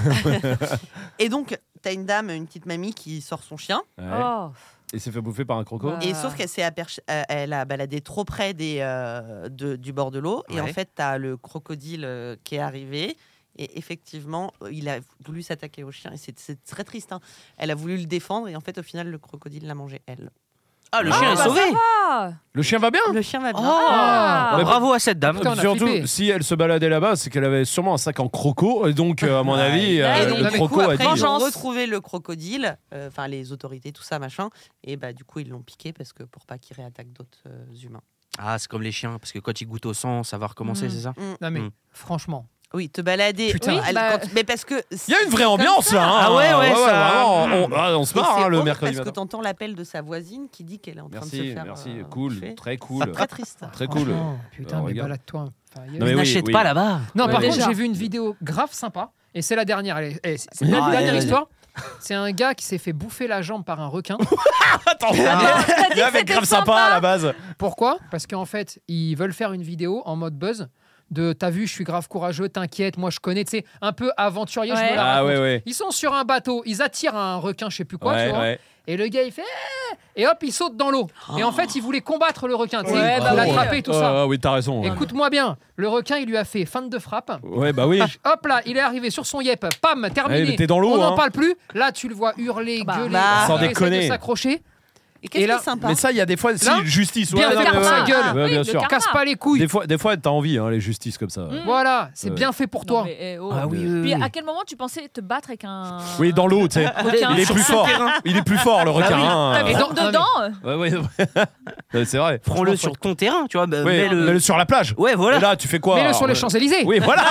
Et donc, tu as une dame, une petite mamie qui sort son chien. Ouais. Oh. Et s'est fait bouffer par un croco. Bah, Et Ah. sauf qu'elle s'est aperche- euh, elle a baladé trop près des, euh, de- du bord de l'eau. Et en Ouais. fait, tu as le crocodile euh, qui est arrivé. Et effectivement, euh, il a voulu s'attaquer au chien. Et c'est c'est très triste. hein. Elle a voulu le défendre. Et en fait, au final, le crocodile l'a mangé, elle. Ah, le Ah, chien est bah, sauvé. ça va. Le chien va bien. Le chien va bien. Ah, Ah. bah, bravo à cette dame. Putain, on a Surtout, flippé. si elle se baladait là-bas, c'est qu'elle avait sûrement un sac en croco. Et donc, euh, à mon avis, Ouais. euh, Et donc, le du croco coup, a après, dit. ils ont Vengeance. retrouvé le crocodile. euh, Enfin, les autorités, tout ça, machin. Et bah, du coup, ils l'ont piqué parce que pour pas qu'il réattaque d'autres euh, humains. Ah, c'est comme les chiens, parce que quand ils goûtent au sang, ça va recommencer, Mm. c'est ça? Mm. Non mais Mm. franchement, Oui, te balader. Putain. Oui, Oui, bah- quand- mais parce que. Il y a une vraie ambiance là. hein. Ah ouais, ouais, ça- vraiment, on, ah, on se Et marre c'est hein, le horrible mercredi parce que matin. t'entends l'appel de sa voisine qui dit qu'elle est en train de Merci, se faire. merci, euh, cool, tuer. très cool. Très triste. Très cool. franchement, Putain, Euh, mais regarde. balade-toi. Enfin, il y a- Non, mais oui, N'achète oui. pas là-bas. Non, Ouais, par ouais. contre, Déjà. j'ai vu une vidéo grave sympa. Et c'est la dernière. elle est- elle- C'est c'est Ah, la ouais, dernière vas-y. histoire. C'est un gars qui s'est fait bouffer la jambe par un requin. Attends, t'as dit il que avait c'était grave sympa sympa. à la base. Pourquoi? Parce qu'en fait, ils veulent faire une vidéo en mode buzz de t'as vu, je suis grave courageux, t'inquiète, moi je connais, tu sais, un peu aventurier. je Ouais. me la Ah raconte. ouais, ouais. Ils sont sur un bateau, ils attirent un requin, je sais plus quoi, tu Ouais, vois. ouais. Et le gars il fait Eh et hop, il saute dans l'eau. Et en fait, il voulait combattre le requin, tu sais, Ouais, bah l'attraper, oui. tout ça. Ah oui, t'as raison. ouais. Écoute-moi bien, le requin, il lui a fait feinte de frappe. Ouais, bah oui. Hop là, il est arrivé sur son yep, pam, terminé. Ouais, mais t'es dans l'eau, On n'en hein. parle plus. Là, tu le vois hurler, Bah, gueuler, bah. Sans il essaie déconner. de s'accrocher. Et qu'est-ce Et là- qui est sympa Mais ça, il y a des fois, si, Là, justice. bien ouais, fait non, pour mais sa ouais. gueule. Ouais, Oui, bien le sûr. karma. Casse pas les couilles. Des fois, des fois, t'as envie, hein, les justices comme ça. Mm. Voilà, c'est Ouais. bien fait pour Non, toi. mais, eh, oh. Ah oui, oui, Puis oui. à quel moment tu pensais te battre avec un. Oui, dans l'eau, tu sais. Requin. Il est plus fort. Il est plus fort, le requin. oui. hein. T'avais Et donc dans- dedans Ouais, ouais, ouais. Ouais, c'est vrai. Prends-le Franchement, sur ton terrain, tu vois. bah, Oui, mets-le- mets-le sur la plage. Ouais, voilà. Et là, tu fais quoi Mets-le sur alors les Champs-Élysées. Oui, voilà.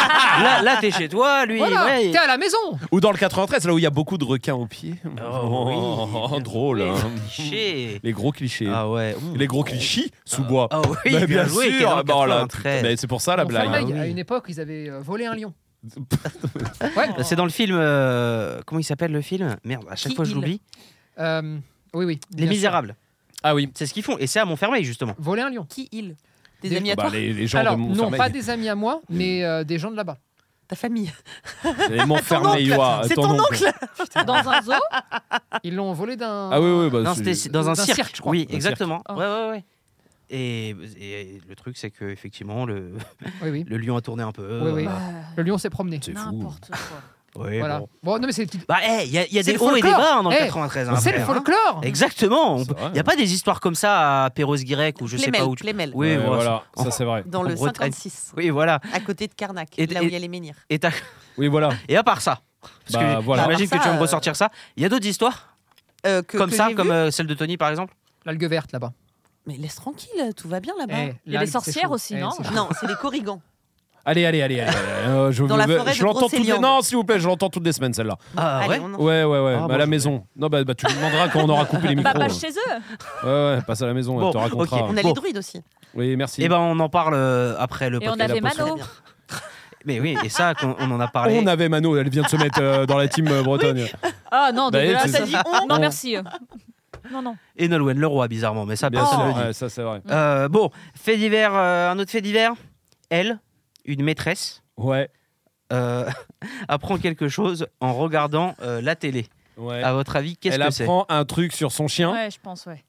Là, là t'es chez toi, lui. Voilà, ouais. t'es à la maison. Ou dans le quatre-vingt-treize, là où il y a beaucoup de requins au pied. Oh, oui. Oh, drôle. hein. Cliché. Les gros clichés. Ah ouais. Ouh. Les gros clichés sous bois. Ah oui, Mais bien bien joué. qui est sûr. dans le Bon, là, quatre-vingt-treize. mais c'est pour ça la blague. Montfermeil, Ah oui. à une époque, ils avaient euh, volé un lion. Ouais. C'est dans le film. euh, Comment il s'appelle le film? Merde, à chaque Qui fois je il l'oublie. Euh, oui, oui. Les bien sûr. Misérables. Ah oui. C'est ce qu'ils font. Et c'est à Montfermeil, justement. Voler un lion. Qui il Des Des- amis à Bah, toi les, les gens Alors, de non, Montfermeil. pas des amis à moi, mais euh, des gens de là-bas. Ta famille. Les Montfermeillois. C'est ton oncle. dans un zoo. Ils l'ont volé d'un. Ah oui, oui. Bah, Non, c'est- c'était dans un d'un cirque. cirque, je crois. Oui, Un exactement. cirque. Ouais, ouais, ouais. Et, et le truc, c'est que effectivement, le, Oui, oui. le lion a tourné un peu. Oui, oui. Bah, Le lion s'est promené. C'est fou. N'importe quoi. Oui, Voilà. bon. Bon, non, mais c'est le petit- Bah, hey, il y a, il y a C'est des le hauts et des folklore. bas hein, dans le Eh, quatre-vingt-treize. hein, c'est le frère, hein. folklore. Exactement. C'est vrai. Il n'y a pas des histoires comme ça à Perros-Guirec ou je sais Plémel, pas où. tu- Plémel. Oui, Ouais, bon, voilà. en- Ça, c'est vrai. Dans En le Bretagne. cinquante-six. Oui, voilà. À côté de Carnac, Et- là où et- il y a les menhirs. Et, t'as- Oui, voilà. et à part ça, parce Bah, que voilà. j'imagine À part que tu vas me ça, ressortir ça. Il y a d'autres histoires Euh, que- comme que ça, j'ai comme vu. euh, celle de Tony par exemple. L'algue verte là-bas. Mais laisse tranquille, tout va bien là-bas. Eh, Il y a l'algue, des c'est sorcières chaud. aussi, Eh, non c'est chaud. Non, c'est les corrigans. Allez, allez, allez. allez. Euh, je Dans la veux- forêt je de l'entends toutes les... Brocéliande. Non, s'il vous plaît, je l'entends toutes les semaines, celle-là. Ah Allez, ouais. on en- Ouais, ouais, ouais. Ah, bah, bon, à la je- maison. Non, bah, bah, tu lui demanderas quand on aura coupé les micros. Bah, ouais. passe chez eux. ouais, ouais, passe à la maison, Bon, elle te racontera. ok. On a Bon. les druides aussi. Oui, merci. Et ben on en parle euh, après le Et on podcast. avait la poste. Mano. Très bien. Mais oui, et ça qu'on- on en a parlé. On avait Mano, elle vient de se mettre euh, dans la team euh, bretonne. Ah non, Bah, dégueulasse. c'est T'as ça. dit on Non, On- merci. Non, non. Et Nolwenn Leroy bizarrement, mais ça Bien personne sûr, ne le dit. ouais, ça c'est vrai. Euh, bon, fait divers, euh, un autre fait divers. Elle, une maîtresse, Ouais, euh, apprend quelque chose en regardant euh, la télé. ouais. À votre avis, qu'est-ce Elle que c'est? apprend un truc sur son chien. Ouais, je pense, ouais.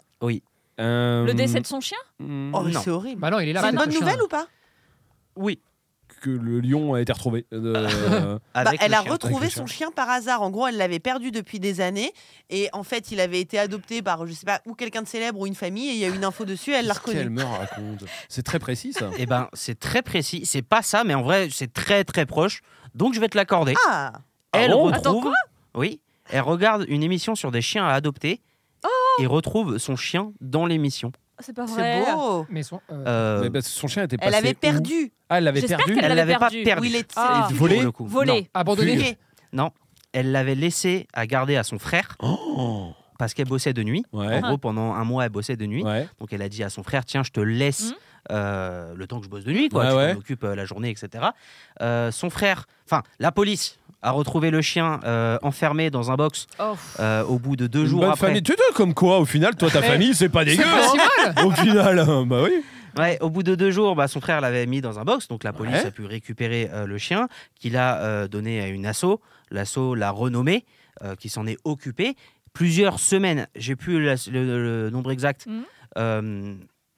Euh, Le décès de son chien hmm, Oh, Non. c'est horrible. Bah non, il est là. C'est une peut-être, bonne le chien. nouvelle ou pas Oui. que le lion a été retrouvé. Euh, Bah, Avec elle le a chien. retrouvé Avec le son chien par hasard. En gros, elle l'avait perdu depuis des années. Et en fait, il avait été adopté par, je sais pas, ou quelqu'un de célèbre ou une famille. Et il y a eu une info dessus, elle l'a qu'est-ce qu'elle reconnu. me raconte. C'est très précis ça. Eh ben, c'est très précis. C'est pas ça, mais en vrai, c'est très très proche. Donc, je vais te l'accorder. Ah Elle bon Attends, retrouve. Oui. Elle regarde une émission sur des chiens à adopter et retrouve son chien dans l'émission. C'est pas C'est vrai. beau. Mais son, euh, Euh, Mais parce que son chien était passé Elle avait où perdu. Ah, elle l'avait J'espère perdu. qu'elle elle l'avait l'avait pas perdu. perdu. Où il est Ah. Volé pour le coup. Volé. abandonné. Tué. Non, elle l'avait laissé à garder à son frère Oh. parce qu'elle bossait de nuit. Ouais. En gros, pendant un mois, elle bossait de nuit. Ouais. Donc, elle a dit à son frère, tiens, je te laisse Mhm. euh, le temps que je bosse de nuit, quoi. Ouais, tu ouais. t'en occupes euh, la journée, et cetera. Euh, son frère, enfin, la police a retrouvé le chien euh, enfermé dans un box Oh. euh, au bout de deux Une jours bonne après. famille. Tu sais, comme quoi, au final, toi, ta Eh, famille, c'est pas C'est dégueu. pas si hein. mal. Au final, hein, bah oui. Ouais, au bout de deux jours, bah, son frère l'avait mis dans un box, donc la police Ouais. a pu récupérer euh, le chien, qu'il a euh, donné à une asso. L'asso l'a renommé, euh, qui s'en est occupé. Plusieurs semaines, j'ai plus la- le, le nombre exact. Mhm. Euh,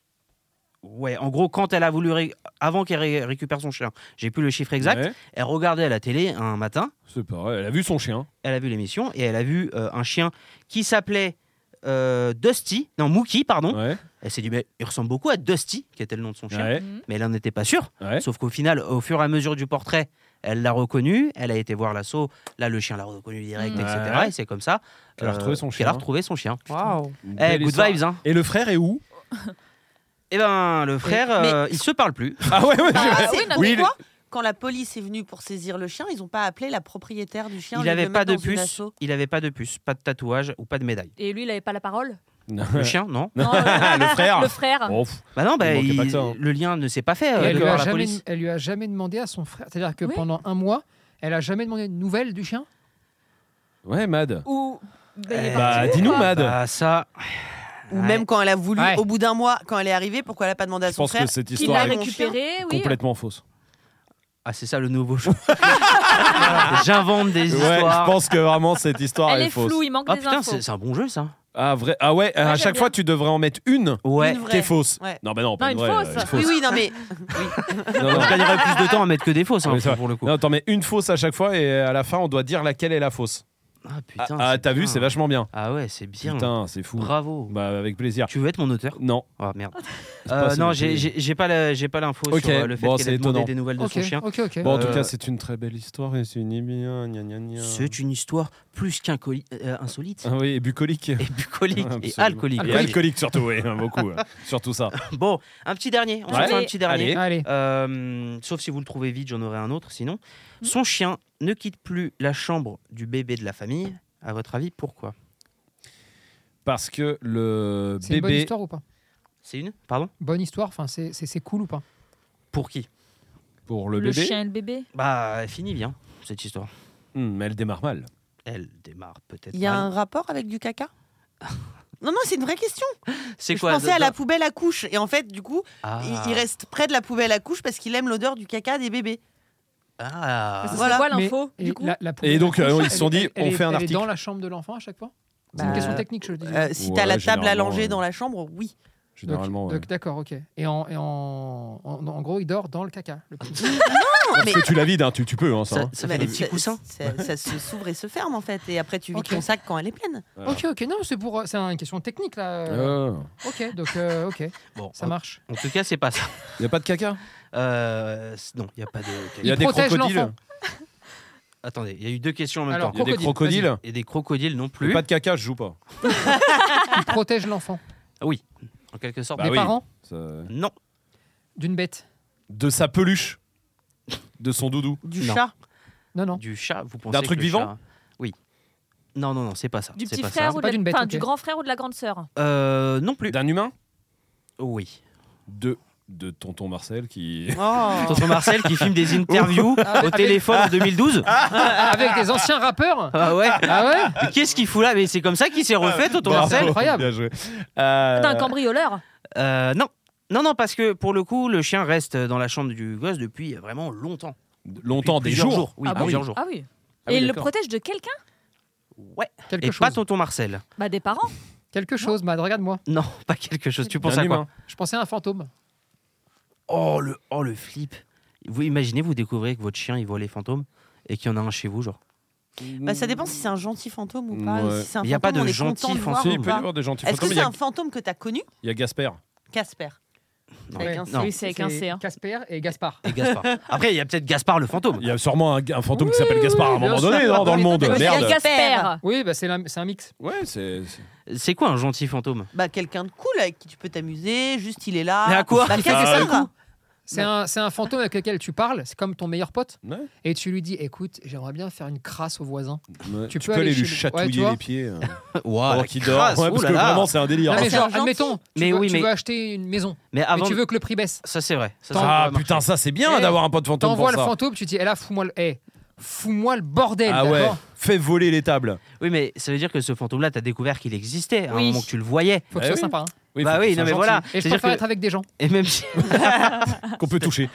ouais, en gros, quand elle a voulu, ré- avant qu'elle ré- récupère son chien, j'ai plus le chiffre exact. Ouais. Elle regardait à la télé un matin, C'est pas vrai. Elle a vu son chien. elle a vu l'émission et elle a vu euh, un chien qui s'appelait euh, Dusty, non Mookie, pardon. Ouais. Elle s'est dit, mais il ressemble beaucoup à Dusty, qui était le nom de son chien. Ouais. Mhm. Mais elle n'en était pas sûre. Ouais. Sauf qu'au final, au fur et à mesure du portrait, elle l'a reconnu, elle a été voir l'assaut, là le chien l'a reconnu direct, Mm. et cetera. Ouais. Et c'est comme ça Qu'elle a retrouvé son qu'elle a chien. retrouvé son chien. Waouh. Une Eh, belle good histoire. vibes, hein. Et le frère est où Eh ben, le frère, Mais- euh, il se parle plus. Ah ouais, ouais. Ah, j'ai- c'est- oui, non, oui, pourquoi quand la police est venue pour saisir le chien, ils n'ont pas appelé la propriétaire du chien. Il au lieu n'avait le pas mettre de dans une puce, asso il avait pas de puce, pas de tatouage ou pas de médaille. Et lui, il avait pas la parole. Le chien, non. Non, euh, Le frère. Le frère. Oh, pff. Bah non, bah, Il manquait il- pas que ça, hein. le lien ne s'est pas fait Et euh, elle, lui devant a la jamais, police. elle lui a jamais demandé à son frère. C'est-à-dire que Oui. pendant un mois, elle a jamais demandé de nouvelles du chien. Ouais, Mad. Ou. Bah, il est Eh, Bah, parti, dis-nous, quoi. Mad. Bah ça. Ou Ouais. même quand elle a voulu, Ouais. au bout d'un mois, quand elle est arrivée, pourquoi elle n'a pas demandé à Je son pense frère que cette Qu'il histoire l'a est mon chien. récupéré, oui. complètement fausse. Ah, c'est ça le nouveau jeu. J'invente des Ouais, histoires. je pense que vraiment cette histoire Elle est est fausse. floue, il manque Ah des putain, infos. c'est c'est un bon jeu ça. Ah vrai. Ah ouais. à j'aime chaque bien. fois, tu devrais en mettre une Ouais. Une vraie. qui est fausse. Ouais. Non, bah non, pas Non, une une vraie. fausse. euh, une fausse. Oui, oui, non, mais Non, non. Je gagnerais plus de temps à mettre que des fausses hein, Oui, c'est vrai. pour le coup. Non, t'en mets une fausse à chaque fois et à la fin, on doit dire laquelle est la fausse. Ah putain. ah, c'est t'as vu, bien. c'est vachement bien. Ah ouais, c'est bien. Putain, c'est fou. Bravo. Bah, avec plaisir. Tu veux être mon auteur? Non. Ah merde. C'est pas Euh, assez non, beaucoup. j'ai- j'ai j'ai pas la- j'ai pas l'info Ok, sur euh, le fait bon, qu'elle c'est ait demandé étonnant. des nouvelles de Ok, son chien. ok, ok. Bon, en tout Euh, cas, c'est une très belle histoire et c'est une bien, gna, gna, gna. C'est une histoire plus qu'insolite Ah oui, et bucolique. et bucolique et Absolument. alcoolique. Et alcoolique surtout, oui, hein, beaucoup. euh, Surtout ça. Bon, un petit dernier. On Ouais. se fait un petit dernier. Allez. Allez. Euh, sauf si vous le trouvez vite, j'en aurai un autre. Sinon, son chien ne quitte plus la chambre du bébé de la famille. À votre avis, pourquoi? Parce que le C'est une bonne bébé. histoire ou pas? C'est une Pardon? Bonne histoire, enfin, c'est c'est- c'est cool ou pas? Pour qui? Pour le, Le bébé. chien et le bébé. Bah, elle finit bien, cette histoire. Hmm, mais elle démarre mal. Elle démarre peut-être il y a mal. un rapport avec du caca Non, non, c'est une vraie question. C'est Je quoi pensais de- à la de- poubelle à couche. Et en fait, du coup, Ah. il, il reste près de la poubelle à couche parce qu'il aime l'odeur du caca des bébés. Ah. Mais ce Voilà. serait quoi Mais- l'info et du coup la- la poubelle Et donc, à couche, euh, ils elle se sont est- dit, elle- elle on est- fait un elle est article. dans la chambre de l'enfant à chaque fois? C'est Bah, une question technique, je le dis. Euh, si Ouais, t'as la table généralement, allongée ouais. dans la chambre, oui. Généralement. ouais. Donc, d'accord, ok. Et, en, et en, en, en gros, il dort dans le caca. Le petit. Non, Parce mais que tu la vides, hein, tu, tu peux, hein, ça. Ça, hein. ça bah, fait des petits ça- coussins. Ça, ça se s'ouvre et se ferme en fait. Et après, tu vides Ok. ton sac quand elle est pleine. Voilà. Ok, ok. Non, c'est pour, c'est une question technique là. Euh, Ah. Ok, donc euh, ok, Bon, ça en, marche. en tout cas, c'est pas ça. Y a pas de caca. Euh, c- non, il n'y a pas de. Il y a Il des protège crocodiles. l'enfant. Attendez, il y a eu deux questions en même Alors, temps. Il y a des Crocodile, crocodiles. Et des crocodiles non plus. Pas de caca, je joue pas. Il protège l'enfant. Oui, en quelque sorte. Bah Des oui. parents Ça- Non, d'une bête. De sa peluche. De son doudou. Du Non. chat. Non, non. du chat, vous pensez D'un que truc le vivant chat- Oui. Non, non, non, c'est pas ça. Du c'est petit pas frère ça. ou pas de la- d'une bête, enfin, ok. du grand frère ou de la grande sœur. Euh, non plus. D'un humain. Oui. De, de tonton Marcel qui. Oh. Tonton Marcel qui filme des interviews Ah, au avec- téléphone en deux mille douze. Avec des anciens rappeurs. Ah ouais. Ah ouais. Mais qu'est-ce qu'il fout là? Mais c'est comme ça qu'il s'est refait, Tonton Bravo, Marcel. incroyable. Bien joué. Euh, D'un cambrioleur. Euh, non. Non, non, parce que pour le coup, le chien reste dans la chambre du gosse depuis vraiment longtemps. Longtemps, Depuis des plusieurs jours. Oui, Ah plusieurs oui. jours. Ah oui. Ah oui, Et il le d'accord. protège de quelqu'un? Ouais. Quelque Et chose. pas Tonton Marcel. Bah des parents. Quelque chose, Mad, regarde-moi. Non, pas quelque chose. Tu penses D'un à quoi? humain. Je pensais à un fantôme. Oh le, oh le flip. Vous imaginez, vous découvrez que votre chien il voit les fantômes et qu'il y en a un chez vous, genre. Bah, ça dépend si c'est un gentil fantôme ou pas. Ouais. Si c'est un Il y a pas fantôme, de on est gentil content de voir fantôme. Si, ou il peut y pas. avoir des gentils Est-ce que fantômes. Il c'est y a- un fantôme que t'as connu? il y a Gasper. Casper. Non. Avec Ouais. un C. Non. Oui, c'est avec un C. hein. Casper et Gaspard. Et Gaspard. Après, il y a peut-être Gaspard le fantôme. Il y a sûrement un, un fantôme qui Oui, s'appelle Gaspard à un bien moment sûr. donné non, dans le monde. Oui, Merde. il y a Gasper. Oui, bah, c'est la- c'est un mix. Ouais, c'est. c'est- C'est quoi un gentil fantôme? Bah, quelqu'un de cool avec qui tu peux t'amuser. Juste, il est là. Mais à quoi? Bah, Il fait Casper. ça, C'est un, c'est un fantôme avec lequel tu parles, c'est comme ton meilleur pote, Ouais. et tu lui dis écoute, j'aimerais bien faire une crasse au voisin. Ouais. Tu Tu peux peux aller aller lui chez le- ouais, tu chatouiller vois. les pieds euh, Waouh, pendant la qu'il dort. crasse, Ouais, parce oh là que là. vraiment, c'est un délire. Non, mais c'est genre, un gentil. admettons, tu, Mais veux, oui, tu mais- veux acheter une maison, Mais avant. mais tu veux que le prix baisse. Ça, c'est vrai. Ça, ça Ah peut putain, marcher. ça c'est bien Eh, d'avoir un pote fantôme pour T'envoies le ça. fantôme, tu dis eh là, fous-moi le, eh, fous-moi le bordel, Ah ouais, d'accord. fais voler les tables. Oui, mais ça veut dire que ce fantôme-là, t'as découvert qu'il existait à un Oui. moment que tu le voyais. Faut que Eh ce soit oui. sympa. hein. Oui, Bah faut oui, qu'il non, soit mais gentil, voilà. Et je C'est-à-dire préfère que- être avec des gens. Et même si. qu'on peut toucher.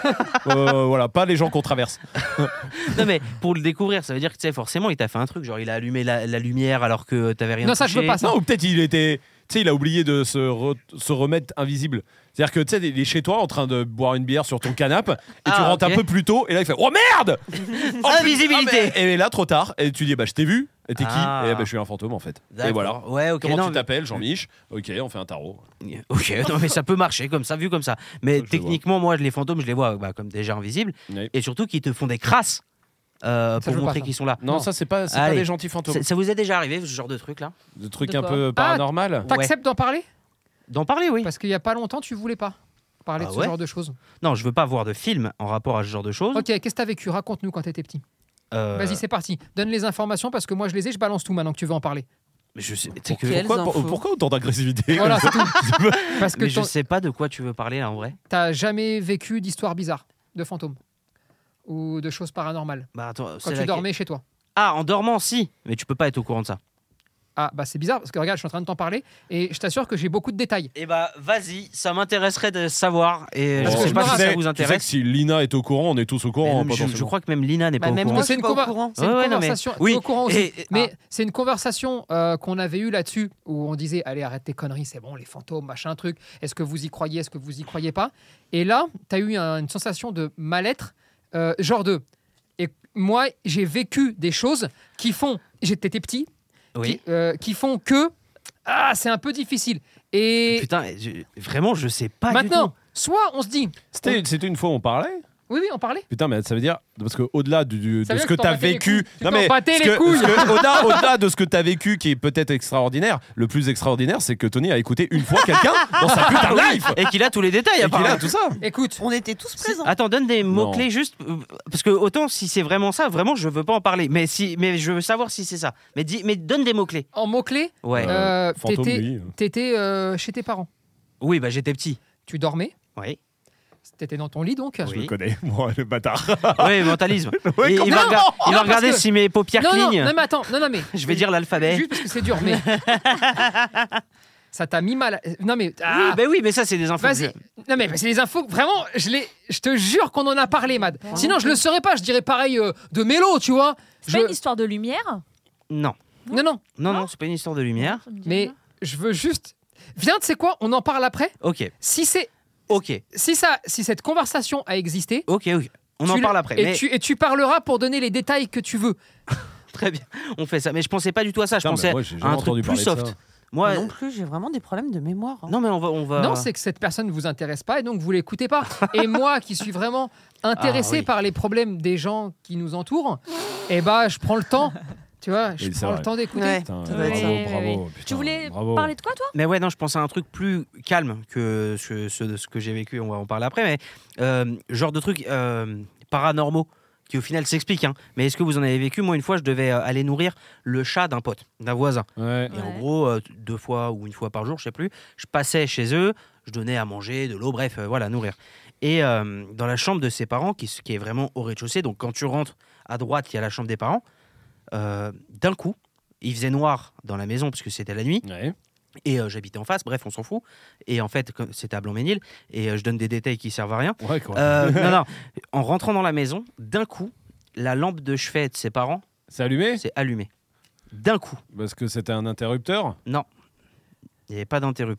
Euh, voilà, pas les gens qu'on traverse. Non, mais pour le découvrir, ça veut dire que tu sais, forcément, il t'a fait un truc. Genre, il a allumé la, la lumière alors que t'avais rien Non, ça, je veux touché. pas ça. Non, ou peut-être il était. Tu sais, il a oublié de se, re- se remettre invisible. C'est-à-dire que tu sais, il est chez toi en train de boire une bière sur ton canapé et tu Ah, rentres ok. un peu plus tôt et là il fait oh merde. Oh, Invisibilité. putain, mais- Et là trop tard et tu dis bah je t'ai vu et t'es Ah. qui et bah je suis un fantôme en fait. Et D'accord. voilà. Ouais, ok. Comment non, tu t'appelles Jean-Mich? Ok, on fait un tarot. mais- Ok, non, mais ça peut marcher comme ça, vu comme ça. Mais Ça, je le techniquement, moi, les fantômes, je les vois bah, comme déjà invisibles. Ouais. Et surtout, qui te font des crasses euh, Ça, pour je veux pas, montrer ça. qu'ils sont là. Non, Non. ça c'est pas, c'est pas Allez. des gentils fantômes. Ça, ça vous est déjà arrivé, ce genre de truc-là? Des trucs De un quoi peu paranormal. T'acceptes d'en parler? D'en parler, oui. Parce qu'il y a pas longtemps, tu voulais pas parler Ah de ce ouais genre de choses. Non, je veux pas voir de film en rapport à ce genre de choses. Ok, qu'est-ce que t'as vécu? Raconte-nous quand t'étais petit. Euh, Vas-y, c'est parti. Donne les informations parce que moi je les ai, je balance tout maintenant que tu veux en parler. mais je sais, tu sais que- Quelles Pourquoi, infos. pourquoi autant d'agressivité Voilà, c'est tout. Parce que mais je t'en- sais pas de quoi tu veux parler là en vrai. t'as jamais vécu d'histoires bizarres, de fantômes ou de choses paranormales Bah attends, quand c'est tu laquelle dormais chez toi. Ah, en dormant, si. Mais tu peux pas être au courant de ça. Ah bah c'est bizarre parce que regarde, je suis en train de t'en parler et je t'assure que j'ai beaucoup de détails. Eh bah, vas-y, ça m'intéresserait de savoir. Et Parce je que sais je pas me si ça rappelle- vous Tu sais intéresse. que si Lina est au courant, on est tous au Mais courant. non, mais je, potentiellement. je crois que même Lina n'est Bah, pas même au moi, courant. je suis une pas au conver- courant. C'est une Ouais, ouais, non, mais- conversation. oui. T'es au courant aussi. Et- et- mais ah. c'est une conversation euh, qu'on avait eue là-dessus où on disait allez arrête tes conneries, c'est bon les fantômes machin truc. Est-ce que vous y croyez, est-ce que vous y croyez pas? Et là, t'as eu un- une sensation de mal-être, euh, genre de. Et moi, j'ai vécu des choses qui font. J'étais petit. Oui. Qui, euh, qui font que ah c'est un peu difficile et Putain, je- vraiment, je sais pas. du maintenant tout. soit on se dit C'était, c'était une fois où on parlait. oui oui on parlait Putain, mais ça veut dire parce que au-delà du, du- Ça de veut ce dire que que t'en t'as battais les vécu, couilles. Tu t'en battais ce les que- couilles. ce que- au-delà, au-delà de ce que t'as vécu qui est peut-être extraordinaire, le plus extraordinaire, c'est que Tony a écouté une fois quelqu'un dans sa putain de life Et qu'il a tous les détails, et qu'il apparemment. a tout ça. écoute On était tous présents. Attends, donne des mots-clés juste. euh, Parce que autant si c'est vraiment ça, vraiment, je veux pas en parler. Mais, si, mais je veux savoir si c'est ça. Mais, dis, mais donne des mots-clés. en mots clés Ouais. Euh, Fantôme, t'étais- lui. t'étais euh, chez tes parents, Oui, bah j'étais petit. tu dormais, Oui. t'étais dans ton lit donc. Je Oui. le connais, moi, le bâtard. Oui, mentalisme. Ouais, Et quand il va, même. rega- Non, il va non, regarder parce que- si mes paupières Non non, clignent. non mais attends non non mais Je vais dire l'alphabet. juste parce que c'est dur mais ça t'a mis mal à- non mais Oui, ah, bah oui, mais ça, c'est des infos. que vas-y je- non mais c'est les infos vraiment je les je te jure qu'on en a parlé Mad sinon je le saurais pas je dirais pareil euh, de Mélo tu vois. C'est Je- pas une histoire de lumière? Non. non non Non, non, c'est pas une histoire de lumière. Ça me dit mais rien. je veux juste viens tu sais quoi on en parle après Ok, si c'est ok, si ça si cette conversation a existé ok, ok. On tu en le- parle après. et Mais tu et tu parleras pour donner les détails que tu veux. très bien, on fait ça. Mais je pensais pas du tout à ça. Je Putain, mais pensais moi, j'ai à jamais un entendu truc plus parler de soft. ça. Moi, Non plus, j'ai vraiment des problèmes de mémoire. hein. non, mais on va, on va. Non, c'est que cette personne ne vous intéresse pas et donc vous l'écoutez pas. Et moi, qui suis vraiment intéressé Ah, oui. par les problèmes des gens qui nous entourent, eh ben, je prends le temps. Tu vois, je Oui, c'est prends vrai. le temps d'écouter. Ouais. Putain, Ça doit être bravo, ça. bravo. Oui, oui. putain, Tu voulais bravo. parler de quoi, toi? Mais ouais, non, je pense à un truc plus calme que ce, ce, ce que j'ai vécu. On va en parler après. Mais euh, genre de trucs euh, paranormaux qui au final s'expliquent. Hein. Mais est-ce que vous en avez vécu? Moi, une fois, je devais euh, aller nourrir le chat d'un pote, d'un voisin. Ouais. Et en Ouais. gros, euh, deux fois ou une fois par jour, je sais plus, je passais chez eux, je donnais à manger, de l'eau, bref, euh, voilà, nourrir. Et euh, dans la chambre de ses parents, qui, s- qui est vraiment au rez-de-chaussée, donc quand tu rentres à droite, il y a la chambre des parents, euh, d'un coup, il faisait noir dans la maison parce que c'était la nuit, Ouais. et euh, j'habitais en face, bref, on s'en fout. Et en fait, comme- c'était à Blanc-Ménil, et euh, je donne des détails qui servent à rien. Ouais, quoi. Euh, non, non, en rentrant dans la maison, d'un coup, la lampe de chevet de ses parents C'est allumé s'est allumée. D'un coup. Parce que c'était un interrupteur. Il n'y avait pas d'interrupteur.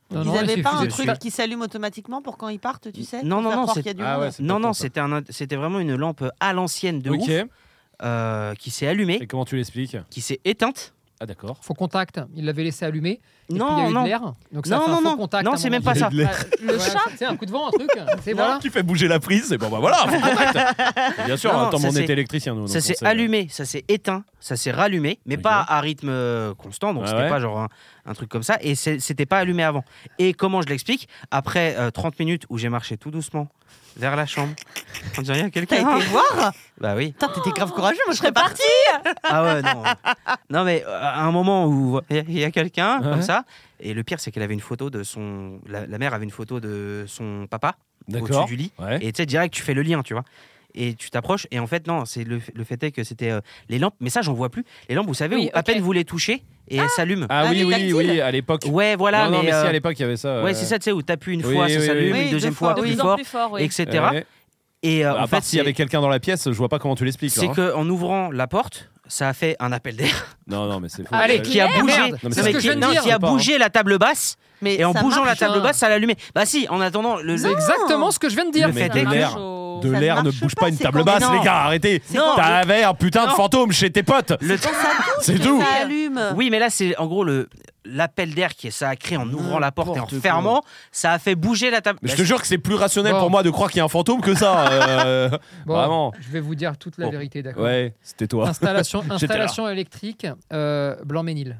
Non, Ils non, il n'avaient suffit pas un de- truc qui s'allume automatiquement pour quand ils partent, tu sais Non, pour non, faire non, croire c'est- qu'il y a du Ah monde ouais, c'est Non, pas non, con, ça. c'était un, c'était vraiment une lampe à l'ancienne de Ok. ouf euh, qui s'est allumée, Et comment tu l'expliques? qui s'est éteinte. Ah d'accord. Faux contact, il l'avait laissé allumer. Et puis il y a Non, eu non. de l'air. Donc ça Non, fait un non, faux non. contact. Non, à un c'est moment même pas donné. ça. Il y a de Euh, Le ouais, chat C'est un coup de vent, un truc. C'est Non, voilà. qui fait bouger la prise, et bon bah voilà, faut contact. Bien sûr, Non, non, attends, ça on c'est- était électricien nous. Ça donc s'est on sait, allumé, ça s'est éteint, ça s'est rallumé, mais Ok. pas à rythme euh, constant, donc Ah c'était ouais. pas genre un, un truc comme ça, et c'est- c'était pas allumé avant. Et comment je l'explique? Après euh, trente minutes où j'ai marché tout doucement vers la chambre, on dirait il y a T'as quelqu'un. été voir Bah oui. Putain, t'étais grave courageux, moi je serais partie. Ah ouais, non. Non, mais euh, à un moment où il y a- il y a quelqu'un Ouais. comme ça, et le pire, c'est qu'elle avait une photo de son. La, la mère avait une photo de son papa au-dessus D'accord. du lit. Ouais. Et tu sais, direct, tu fais le lien, tu vois. Et tu t'approches, et en fait, non, c'est le, le fait est que c'était euh, les lampes, mais ça, j'en vois plus. Les lampes, vous savez, Oui, où à ok. peine vous les touchez, et elles s'allument. Ah Ah, oui, les oui, tactiles. oui, à l'époque. Ouais, voilà, non, non, mais. mais si euh, à l'époque il y avait ça. Ouais, euh, c'est ça, tu sais, où t'appuies une oui, fois, oui, ça oui, s'allume, oui. une Oui, deuxième deux fois, fois, De plus plus en fort, plus fort, oui. et cetera. ouais. Et euh, À en part fait, s'il y avait c'est quelqu'un dans la pièce, je vois pas comment tu l'expliques. là, c'est hein. qu'en ouvrant la porte, ça a fait un appel d'air Non, non, mais c'est faux. Allez, Ouais. qui a Merde. bougé. Merde. Non, mais Non, c'est mais ce que qui- je viens de non, dire. qui a Pas, hein. bougé la table basse. Mais Et en ça bougeant la marche, table hein. basse, ça l'allumait. Bah si, en attendant, le, C'est le- exactement ce que je viens de dire. Le Mais fait de est que- l'air, Chaud. de Ça l'air ne ne marche bouge pas, pas une c'est table quand- basse, Non. les gars, arrêtez. Non. T'avais un putain de Non. fantôme chez tes potes. le- Quand ça touche, C'est tout. ça allume. Oui, mais là, c'est en gros le l'appel d'air qui ça a créé en ouvrant la porte et en N'importe fermant, ça a fait bouger la table. Mais je Bah, te jure que c'est plus rationnel Bon. pour moi de croire qu'il y a un fantôme que ça. euh, Bon, Vraiment. Je vais vous dire toute la Bon. vérité, d'accord. Ouais, c'était toi. Installation, J'étais là. installation électrique, euh, Blanc-Ménil.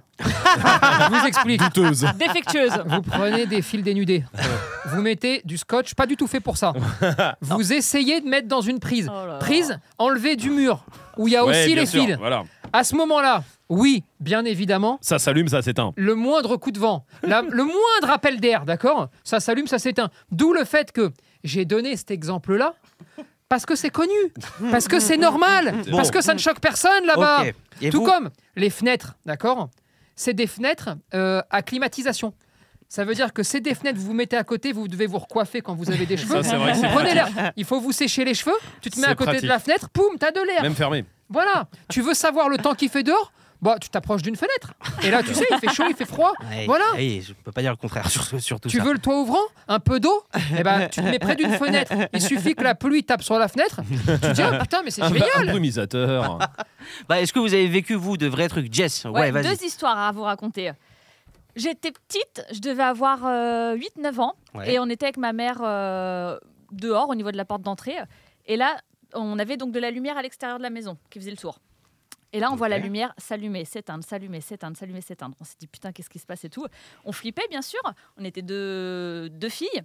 Je vous explique. Douteuse. Défectueuse. Vous prenez des fils dénudés. Vous mettez du scotch, pas du tout fait pour ça. Vous essayez de mettre dans une prise. Oh là là. Prise enlevée du mur, où il y a Ouais, aussi bien les sûr, fils. Voilà. À ce moment-là, oui, bien évidemment, Ça s'allume, ça s'éteint. le moindre coup de vent, la- le moindre appel d'air, d'accord, ça s'allume, ça s'éteint. D'où le fait que j'ai donné cet exemple-là parce que c'est connu, parce que c'est normal, Bon. parce que ça ne choque personne là-bas. Ok. Et Tout vous comme les fenêtres, d'accord, c'est des fenêtres euh, à climatisation. Ça veut dire que c'est des fenêtres, vous vous mettez à côté, vous devez vous recoiffer quand vous avez des cheveux. Ça, c'est vrai que Vous c'est prenez l'air. Il faut vous sécher les cheveux, tu te mets C'est à côté pratique. de la fenêtre, poum, t'as de l'air. Même fermé. Voilà. Tu veux savoir le temps qu'il fait dehors? Bah, tu t'approches d'une fenêtre. Et là, tu sais, il fait chaud, il fait froid. Ouais, Voilà. ouais, je peux pas dire le contraire sur, sur tout Tu ça. veux le toit ouvrant? Un peu d'eau? Eh ben, tu te mets près d'une fenêtre. Il suffit que la pluie tape sur la fenêtre. Tu te dis, oh, putain, mais c'est Un, un génial. brumisateur. Bah, est-ce que vous avez vécu vous de vrais trucs, Jess? Ouais, Ouais, vas-y. deux histoires à vous raconter. J'étais petite, je devais avoir euh, huit neuf ans, Ouais. et on était avec ma mère euh, dehors au niveau de la porte d'entrée. Et là, on avait donc de la lumière à l'extérieur de la maison qui faisait le tour. Et là, on voit la lumière s'allumer, s'éteindre, s'allumer, s'éteindre, s'allumer, s'éteindre. On s'est dit, putain, qu'est-ce qui se passe et tout. On flippait, bien sûr. On était deux, deux filles.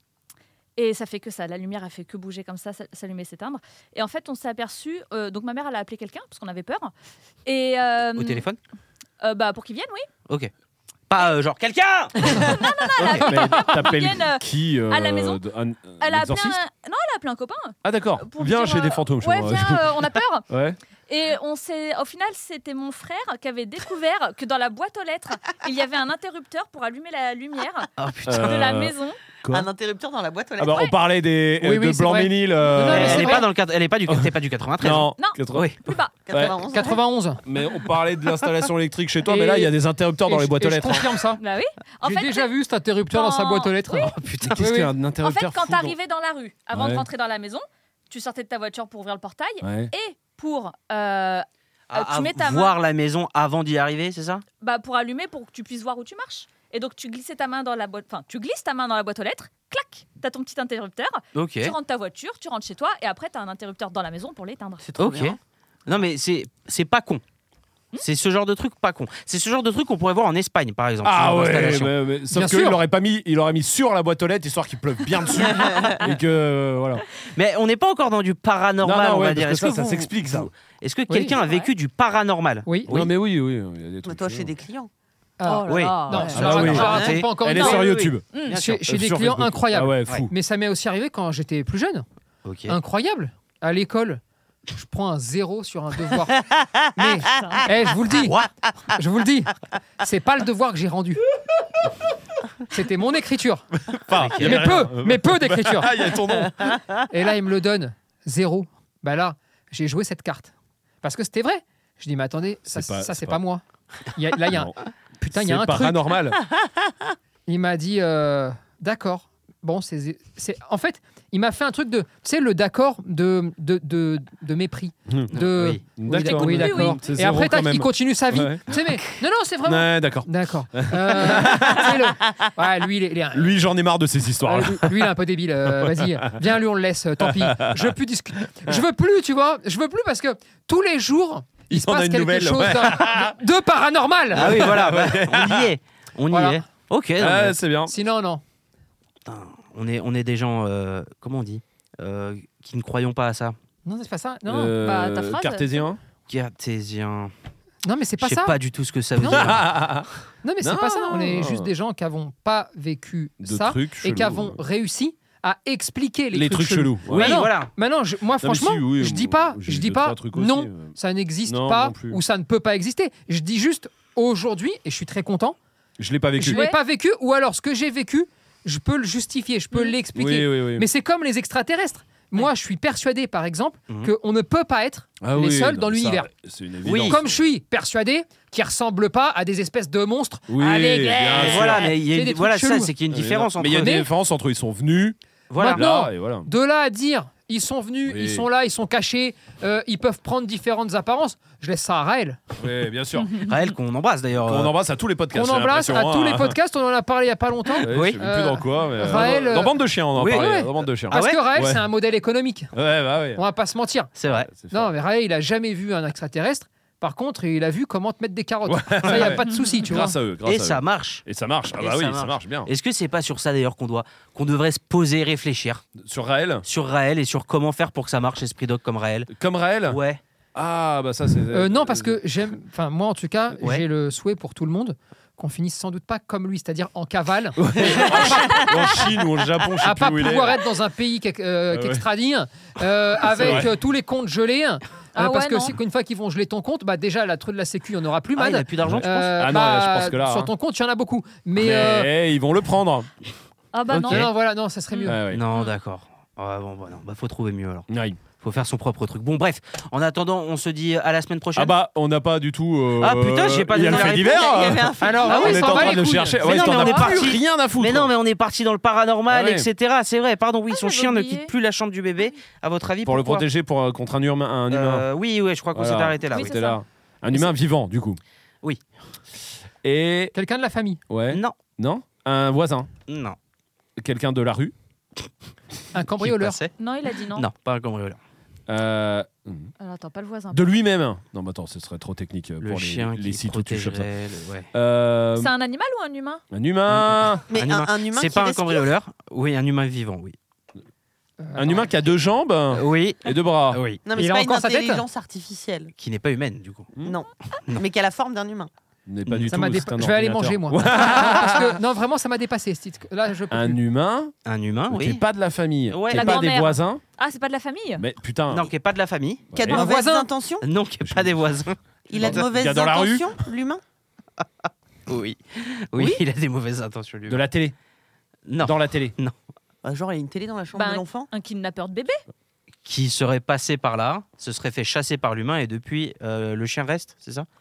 Et ça fait que ça. La lumière a fait que bouger comme ça, s'allumer, s'éteindre. Et en fait, on s'est aperçu. euh, donc, ma mère, elle a appelé quelqu'un parce qu'on avait peur. Et, euh, Au téléphone? euh, bah, pour qu'il vienne, oui. Ok. Pas euh, genre quelqu'un. Mais t'appelles vienne, euh, qui euh, à la maison. de- un, un Elle a appelé exorciste un... Non, elle a appelé un copain. Ah d'accord. pour Viens dire, chez des euh, fantômes. chez Ouais, moi. viens, euh, on a peur. Ouais. Et on s'est, au final, c'était mon frère qui avait découvert que dans la boîte aux lettres, il y avait un interrupteur pour allumer la lumière Oh putain. de la Euh, maison. Quoi Un interrupteur dans la boîte aux Ah lettres. bah, on parlait des Oui, euh, oui, de c'est vrai. Blanc-Ménil. Non, euh, non, mais elle c'est est vrai. pas dans le cadre- elle est pas du t'es pas du quatre-vingt-treize. Non. Non. quatre-vingts. Oui. Plus bas. quatre-vingt-onze. quatre-vingt-onze. Mais on parlait de l'installation électrique chez toi, Et- mais là il y a des interrupteurs dans Et les je- boîtes aux et je lettres. confirme ça. Bah oui. En J'ai fait, déjà vu cet interrupteur dans sa quand- boîte aux lettres. Oh putain, Oui, qu'est-ce qu'il y a oui. un en fait, interrupteur quand fou dans- t'arrivais dans la rue, avant Ouais. de rentrer dans la maison, tu sortais de ta voiture pour ouvrir le portail Ouais. et pour euh, À, tu à mets ta main- voir la maison avant d'y arriver, c'est ça? bah, pour allumer, pour que tu puisses voir où tu marches. Et donc tu glissais ta main dans la boîte, enfin tu glisses ta main dans la boîte aux lettres, clac, t'as ton petit interrupteur, Ok. tu rentres ta voiture, tu rentres chez toi et après t'as un interrupteur dans la maison pour l'éteindre. C'est trop Ok. bien. Non mais c'est c'est pas con. C'est ce genre de truc pas con. C'est ce genre de truc qu'on pourrait voir en Espagne par exemple. Ah sur ouais, l'installation. mais- mais- sauf Bien qu'il sûr. aurait pas mis, il aurait mis sur la boîte aux lettres histoire qu'il pleuve bien dessus et que euh, voilà. Mais on n'est pas encore dans du paranormal, Non, non, on ouais, va dire. parce que Est-ce ça, ça vous- s'explique, ça. vous- Est-ce que Oui, quelqu'un a c'est vécu du paranormal? Oui. Non mais oui, oui, il y a des Mais trucs. toi, chez des clients. Ah, Oh là oui. là, non, ouais. je Ah la bah oui. raconte- je la Arrêtez. raconte pas encore. Elle est Non, sur oui, YouTube. Mmh. Bien sûr. Chez, chez Euh, des sur clients Facebook. incroyables. Ah ouais, Ouais. fou. Mais ça m'est aussi arrivé quand j'étais plus jeune. Ok. Incroyable. À l'école, je prends un zéro sur un devoir. Mais, eh, je vous le dis, je vous le dis, c'est pas le devoir que j'ai rendu. C'était mon écriture. Enfin, il y Mais avait rien. peu, mais peu d'écriture. Ah, il y a ton nom. Et là, il me le donne, zéro. Bah là, j'ai joué cette carte. Parce que c'était vrai. Je dis, mais attendez, ça, C'est pas- ça c'est c'est pas- pas moi. Il y a- là, il y a un... Non. Putain, il y a C'est un truc. paranormal. Il m'a dit euh, d'accord. Bon, c'est, c'est en fait, il m'a fait un truc de, tu sais, le d'accord de de, de, de mépris. De, Oui. oui, D'accord. oui, Oui, d'accord. oui. C'est Et zéro après, quand tac, même. il continue sa vie. Ouais. Tu sais, mais non, non, c'est vraiment. Ouais, d'accord. D'accord. Euh, c'est le- Ouais, lui, il est, il est un- Lui, j'en ai marre de ces histoires. Ouais, lui, lui, il est un peu débile. euh, vas-y, viens, lui, on le laisse. euh, tant pis. Je veux plus discuter. Je veux plus, tu vois. Je veux plus parce que tous les jours, il, Il se en a passe une quelque nouvelle, chose ouais. de, de paranormal. Ah oui, voilà, bah, on y est. On y Voilà. est. Ok, non, Ah, mais- c'est bien. Sinon, non. putain, on, est, on est des gens, euh, comment on dit Euh, qui ne croyons pas à ça. Non, c'est pas ça. Non, Euh, Bah, ta phrase, Cartésien. Cartésien. non, mais c'est Je pas sais ça. pas du tout ce que ça veut Non. dire. Non, mais c'est Non. pas ça. On est juste des gens qui n'avons pas vécu De ça trucs et chelous. qui avons réussi à expliquer les, Les trucs chelous. Oui, Bah non. voilà. Maintenant, je- moi, Non, mais franchement, si, oui, je dis moi, pas, j'ai je dis deux, pas, trois trucs aussi, non, euh. ça n'existe Non, pas non plus. ou ça ne peut pas exister. Je dis juste aujourd'hui, et je suis très content, Je l'ai pas vécu. je ne Ouais. l'ai pas vécu, ou alors ce que j'ai vécu, je peux le justifier, je peux Mhm. l'expliquer. Oui, oui, oui. Mais c'est comme les extraterrestres. Moi, je suis persuadé, par exemple, Mhm. qu'on ne peut pas être Ah les oui, seuls non, dans ça, l'univers. C'est une Oui. évidence. Comme je suis persuadé qu'ils ne ressemblent pas à des espèces de monstres Oui, avec bien Mais sûr. voilà, mais il y a C'est une- des trucs voilà, ça, chelous. c'est qu'il y a une Mais différence non, entre. Mais il y a une Mais- différence entre ils sont venus Voilà. Maintenant, là et voilà. de là à dire, ils sont venus, Oui. ils sont là, ils sont cachés, euh, ils peuvent prendre différentes apparences, je laisse ça à Raël. Oui, bien sûr. Raël, qu'on embrasse d'ailleurs. On euh, embrasse à tous les podcasts. On j'ai embrasse à l'impression, tous hein. les podcasts, on en a parlé il n'y a pas longtemps. Ouais, Oui. Je sais même plus dans quoi. Mais, euh, Raël, dans, euh, dans Bande de chiens, on en oui, parlait. ouais. Dans Bande de chiens. Parce ouais que Raël, Ouais. c'est un modèle économique. Ouais, bah ouais. On va pas se mentir. C'est vrai. C'est fort. Non, mais Raël, il a jamais vu un extraterrestre. Par contre, il a vu comment te mettre des carottes. Ça, il n'y a pas de souci, tu vois. Grâce à eux. grâce Et à ça eux. marche. Et ça marche. Ah Et bah ça oui, ça marche. marche bien. Est-ce que c'est pas sur ça d'ailleurs qu'on doit, qu'on devrait se poser, réfléchir Sur Raël, sur Raël et sur comment faire pour que ça marche, Esprit Dog comme Raël comme Raël. Ouais. Ah bah ça c'est. Euh, non, parce que j'aime. Enfin, moi, en tout cas, Ouais. j'ai le souhait pour tout le monde qu'on finisse sans doute pas comme lui, c'est-à-dire en cavale, en Chine ou au Japon, je sais à pas plus où il est. pouvoir être dans un pays qu'ex- euh, Ah ouais. qu'extradit, euh, avec vrai. euh, tous les comptes gelés. euh, Ah parce ouais, que non. c'est qu'une fois qu'ils vont geler ton compte, bah déjà la truc de la sécu, il n'y en aura plus, Ah, il man. a plus d'argent, tu penses Euh, Ah non, bah, là, je pense que là, sur hein. ton compte, il y en a beaucoup. Mais, Mais euh, ils vont le prendre. Ah bah Ok. non. non, non, voilà, non, ça serait mieux. Ouais, ouais. Non, d'accord. Ah, bon, voilà. Bah, faut trouver mieux alors. Ouais. Faut faire son propre truc. Bon, bref. En attendant, on se dit à la semaine prochaine. Ah bah on n'a pas du tout. euh, Ah, putain, j'ai pas Il y a le donné la fait réponse. divers. Il y avait un fait Alors, divers. ah on oui, est s'en en va train les de le couilles. chercher. Mais Ouais, non, t'en mais as on est plus parti. rien à foutre. Mais non, mais on est parti dans le paranormal, Ah ouais. et cetera. C'est vrai. Pardon, oui, Ah, son j'avais chien ne oublié. quitte plus la chambre du bébé. À votre avis, Pour le pourquoi protéger pour, euh, contre un humain. Un humain. Euh, Oui, oui, je crois qu'on Voilà. s'est arrêté là. Oui, oui. C'était c'est là. Un humain vivant du coup. Oui. Et Quelqu'un de la famille, ouais. Non, Non. Un voisin. non. Quelqu'un de la rue. un Qui cambrioleur. passait Non, il a dit non. Non, pas un cambrioleur. Euh, Alors attends, pas le voisin. de lui-même. Non, mais attends, ce serait trop technique euh, Le pour les, chien les qui sites où tu chopes ça. protégerait. le- ouais. Euh, C'est un animal ou un humain? un humain. Mais Un un, humain. un humain C'est qui pas un respire. cambrioleur. Oui, un humain vivant, oui. Euh, Un humain qui a deux jambes Oui. et deux bras. Oui. Non, mais Il c'est a pas une encore sa tête intelligence artificielle. Qui n'est pas humaine, du coup. Hmm. Non. Non. Mais qui a la forme d'un humain. N'est pas du Ça tout. m'a c'est dépa- un Je vais aller ordinateur. manger, moi. Parce que, non, vraiment, ça m'a dépassé. ce titre. Là, je peux Un plus. humain Un humain, qui oui. n'est pas de la famille, Ouais. qui La n'est pas des grand-mère. voisins. Ah, c'est pas de la famille? Mais putain. Non, qui n'est pas de la famille. Qui a de Ouais. Un mauvaises voisin. intentions. Non, qui n'est pas des voisins. Il a de Qui mauvaises a dans la rue. intentions, l'humain. Oui. Oui, il a des mauvaises intentions, lui. De la télé. Non. Dans la télé. Bah, genre, il y a une télé dans la chambre Bah, de l'enfant. Un kidnappeur de bébé? Qui serait passé par là, se serait fait chasser par l'humain et depuis, euh, le chien reste, c'est ça?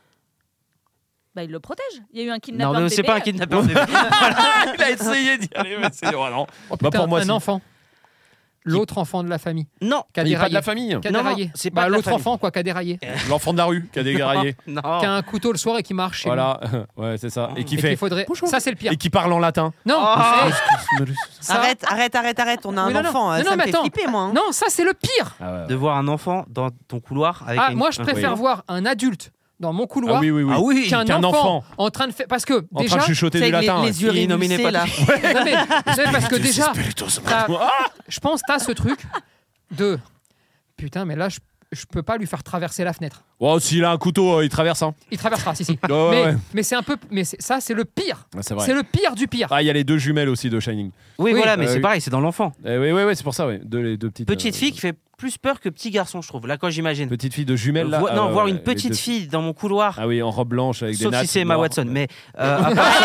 Bah, il le protège. Il y a eu un Non, kidnappeur de mais bébé. c'est pas un kidnappeur de bébé. Il a essayé d'y aller, mais c'est oh non. Oh, Bah, putain, pour moi, un si. enfant. L'autre enfant de la famille. Non. Qui a Il n'est pas de déraillé. la famille. Qui a Non, non, déraillé. c'est pas Bah, de la l'autre famille. enfant, quoi, qui a déraillé. L'enfant de la rue qui a dégraillé. Non. Qui a un couteau le soir et qui marche chez lui. Voilà. Ouais, c'est ça. Et qui Et fait. qu'il faudrait. Ça, c'est le pire. Et qui parle en latin. Non, Oh. c'est- ça- Arrête, arrête, arrête, arrête. On a un Mais non, non. enfant. Non, Ça non, me mais fait attends. flipper, moi. hein. non, ça, c'est le pire. Ah, ouais. De voir un enfant dans ton couloir avec Ah, une- moi, je un- préfère Oui. voir un adulte dans mon couloir Ah oui, oui, oui. Ah oui. qu'un qu'un enfant, enfant. en train de faire. Parce que En déjà. train de chuchoter C'est du avec latin. les, ouais. les yeux Il nominait révulsés, pas là. Non, mais, non, mais parce que déjà, Spiritus. t'as- je pense que tu as ce truc de. Putain, mais là, je, je peux pas lui faire traverser la fenêtre. Oh, s'il a un couteau, euh, il traverse. Hein. Il traversera, si, si. Ouais, ouais, mais ouais. mais c'est un peu. Mais c'est- ça, c'est le pire. Ouais, c'est vrai. C'est le pire du pire. Ah, il y a les deux jumelles aussi de Shining. Oui, Oui. voilà, mais Euh, c'est oui. pareil, c'est dans l'enfant. Eh oui, oui, oui, c'est pour ça, oui. Deux, les deux petites. Petite euh, fille qui fait plus peur que petit garçon, je trouve. Là, quand j'imagine. Petite fille de jumelles là. Vo- ah, non, ouais, voir ouais, une les petite deux- fille dans mon couloir. Ah oui, en robe blanche avec des Sauf nattes. si c'est Emma noires. Watson, mais euh, à, part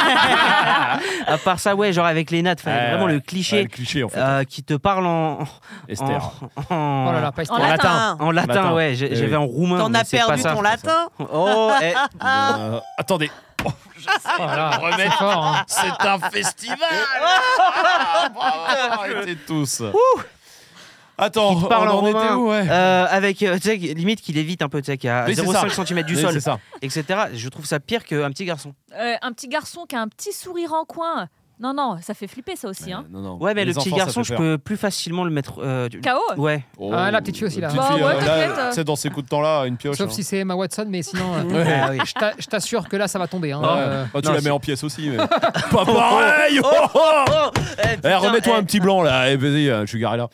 ça, à part ça, ouais, genre avec les nattes, enfin, Ouais, vraiment ouais. le Ouais, cliché le cliché en fait. euh, qui te parle en, Esther. en, en- Oh là là, pas En Esther. latin. en latin, Latin. ouais, j'ai- Eh j'avais oui. en roumain. T'en mais as c'est pas perdu ça. ton latin. Oh, eh, Euh, attendez. Voilà, c'est fort. Hein. C'est un festival. Bravo, arrêtez tous. Attends, Qui te parle on en en était romain, où, ouais. euh, avec, euh, tu sais, limite qu'il évite un peu, tu sais, qui a Oui, c'est zéro virgule cinq ça. centimètres du Oui, sol, c'est ça. et cetera. Je trouve ça pire qu'un petit garçon. Euh, un petit garçon qui a un petit sourire en coin. Non, non, ça fait flipper ça aussi. Hein. Non, non. Ouais, mais Les le petit enfants, ça garçon, fait je peur. peux plus facilement le mettre. euh, du- K O Ouais. Oh, Ah, la petite fille aussi, là. Petite Bah, fille, ouais, euh, t'inquiète. là, tu sais, dans ces coups de temps-là, une pioche. Sauf hein. si c'est Emma Watson, mais sinon, euh, Ouais. Ah oui. je t'a- je t'assure que là, ça va tomber. Hein. Ouais. Euh, Bah, tu non, la c'est- mets en pièces aussi, mais pas pareil. Oh, oh, oh. Eh, Eh, remets-toi eh. un petit blanc là. Eh, vas-y, euh, je suis garé là.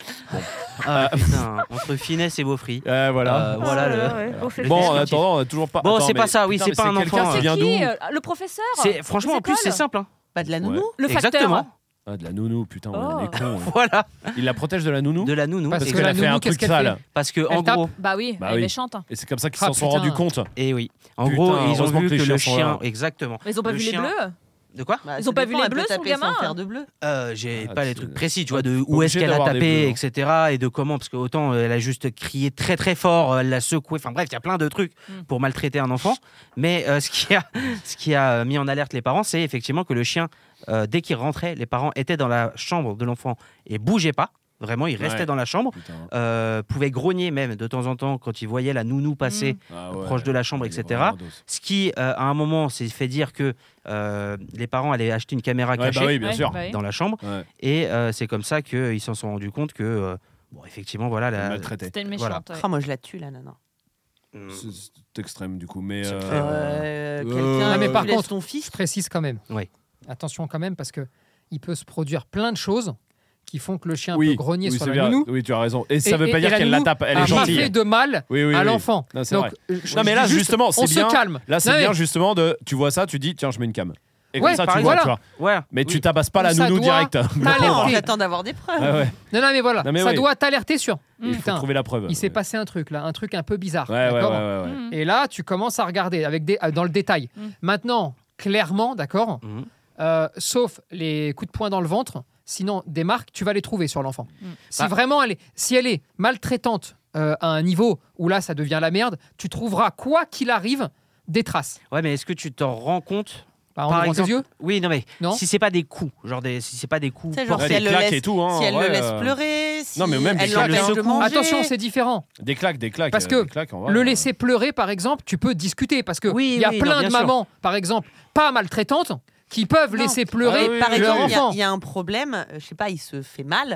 Ah, putain, entre finesse et beaufry. Eh, voilà. Euh, voilà le. Ouais, ouais, au fait, Bon, en le- attendant, on a toujours pas. Bon, Attends, c'est mais pas ça, oui, putain, c'est mais pas un quelqu'un enfant. qui C'est vient d'où qui euh, Le professeur C'est franchement Des en plus c'est écoles simple. Hein. Pas de la nounou. Le facteur. Exactement. Ah, de la nounou, putain, Oh. on est con. ouais. Voilà. Il la protège de la nounou De la nounou. Parce parce que qu'elle la a fait nounou, un qu'est-ce truc qu'elle sale. Parce que Elle en tape. gros, Bah oui, Bah elle est oui. méchante. Et c'est comme ça qu'ils Ah, s'en sont putain. rendus compte. et oui. En Putain, gros, ils ont heureusement vu que que, les le chiens sont chien, là. exactement. Mais ils ont pas Le vu les chien- bleus De quoi Bah, Ils ça ont pas vu dépend, les elle peut bleus, son taper gamin sans faire de bleu. Euh, J'ai Ah, pas les tu- trucs précis, tu vois, pas de où est-ce obligé qu'elle a d'avoir des tapé, bleus, hein. et cetera. Et de comment, parce que autant euh, elle a juste crié très très fort, elle l'a secoué. Enfin bref, il y a plein de trucs Mm. pour maltraiter un enfant. Mais euh, ce qui a, ce qui a mis en alerte les parents, c'est effectivement que le chien, euh, dès qu'il rentrait, les parents étaient dans la chambre de l'enfant et bougeaient pas. Vraiment, il restait Ouais. dans la chambre. Putain. Euh, pouvait grogner même de temps en temps quand il voyait la nounou passer. Ah ouais. proche de la chambre, Il est et cetera. vraiment dos. Ce qui, euh, à un moment, s'est fait dire que euh, les parents allaient acheter une caméra Ouais, cachée bah oui, bien Ouais, sûr. bah oui. dans la chambre. Ouais. Et euh, c'est comme ça qu'ils s'en sont rendus compte que, euh, bon, effectivement, voilà, Il est la, maltraité. C'était une Voilà. méchante. ouais. Ah, moi je la tue la nana. Mm. C'est c'est extrême du coup, mais. C'est euh, très- Euh, Euh, Quelqu'un Ah, mais qui par laisse contre- ton Je fils. précise quand même. Oui. Attention quand même, parce que il peut se produire plein de choses qui font que le chien Oui, peut grogner oui, sur c'est la bien. nounou. Oui, tu as raison. Et ça Et- veut pas et- dire et la qu'elle la nounou tape, elle a est pas gentille. fait de mal Oui, oui, à oui. l'enfant. Non, c'est Donc, vrai. euh, je Non, mais dis là, juste, justement, c'est on bien. se calme. Là, c'est Non, mais bien justement de. Tu vois ça, tu dis, tiens, je mets une cam. Et Ouais, comme ça, par tu vois, exemple. tu vois. Ouais. Mais tu Oui. tabasses pas la Ça nounou doit direct. Non, t'alerter. j'attends d'avoir des preuves. Ouais, ouais. Non, non, mais voilà, Non, mais ça oui. doit t'alerter sur. Il faut Putain, trouver la preuve. il s'est Ouais. passé un truc là, un truc un peu bizarre. Ouais, ouais, ouais, d'accord ouais, ouais. Mm. Et là, tu commences à regarder avec des, euh, dans le détail. Mm. Maintenant, clairement, d'accord, Mhm. euh, sauf les coups de poing dans le ventre, sinon des marques, tu vas les trouver sur l'enfant. Mm. Si Bah. vraiment elle est, si elle est maltraitante euh, à un niveau où là, ça devient la merde, tu trouveras, quoi qu'il arrive, des traces. Ouais, mais est-ce que tu t'en rends compte Bah, en Par ouvrant tes exemple- yeux. Oui, non, mais Non. si c'est pas des coups, genre des, si c'est pas des coups. Tu sais, genre, Ouais, si des elle le claques laisse, et tout, hein, si elle ouais, le laisse euh. pleurer, si Non, mais même des elle claques l'empêche de de coups. manger. Attention, c'est différent. Des claques, des claques. Parce euh, que des claques, en vrai, Le euh. laisser pleurer, par exemple, tu peux discuter parce que Oui, il y a oui, plein non, bien de sûr. mamans, par exemple, pas maltraitantes, qui peuvent Non. laisser pleurer Ah oui, Par oui, leur exemple, il y a- enfant. il y, a un problème, euh, je sais pas, il se fait mal.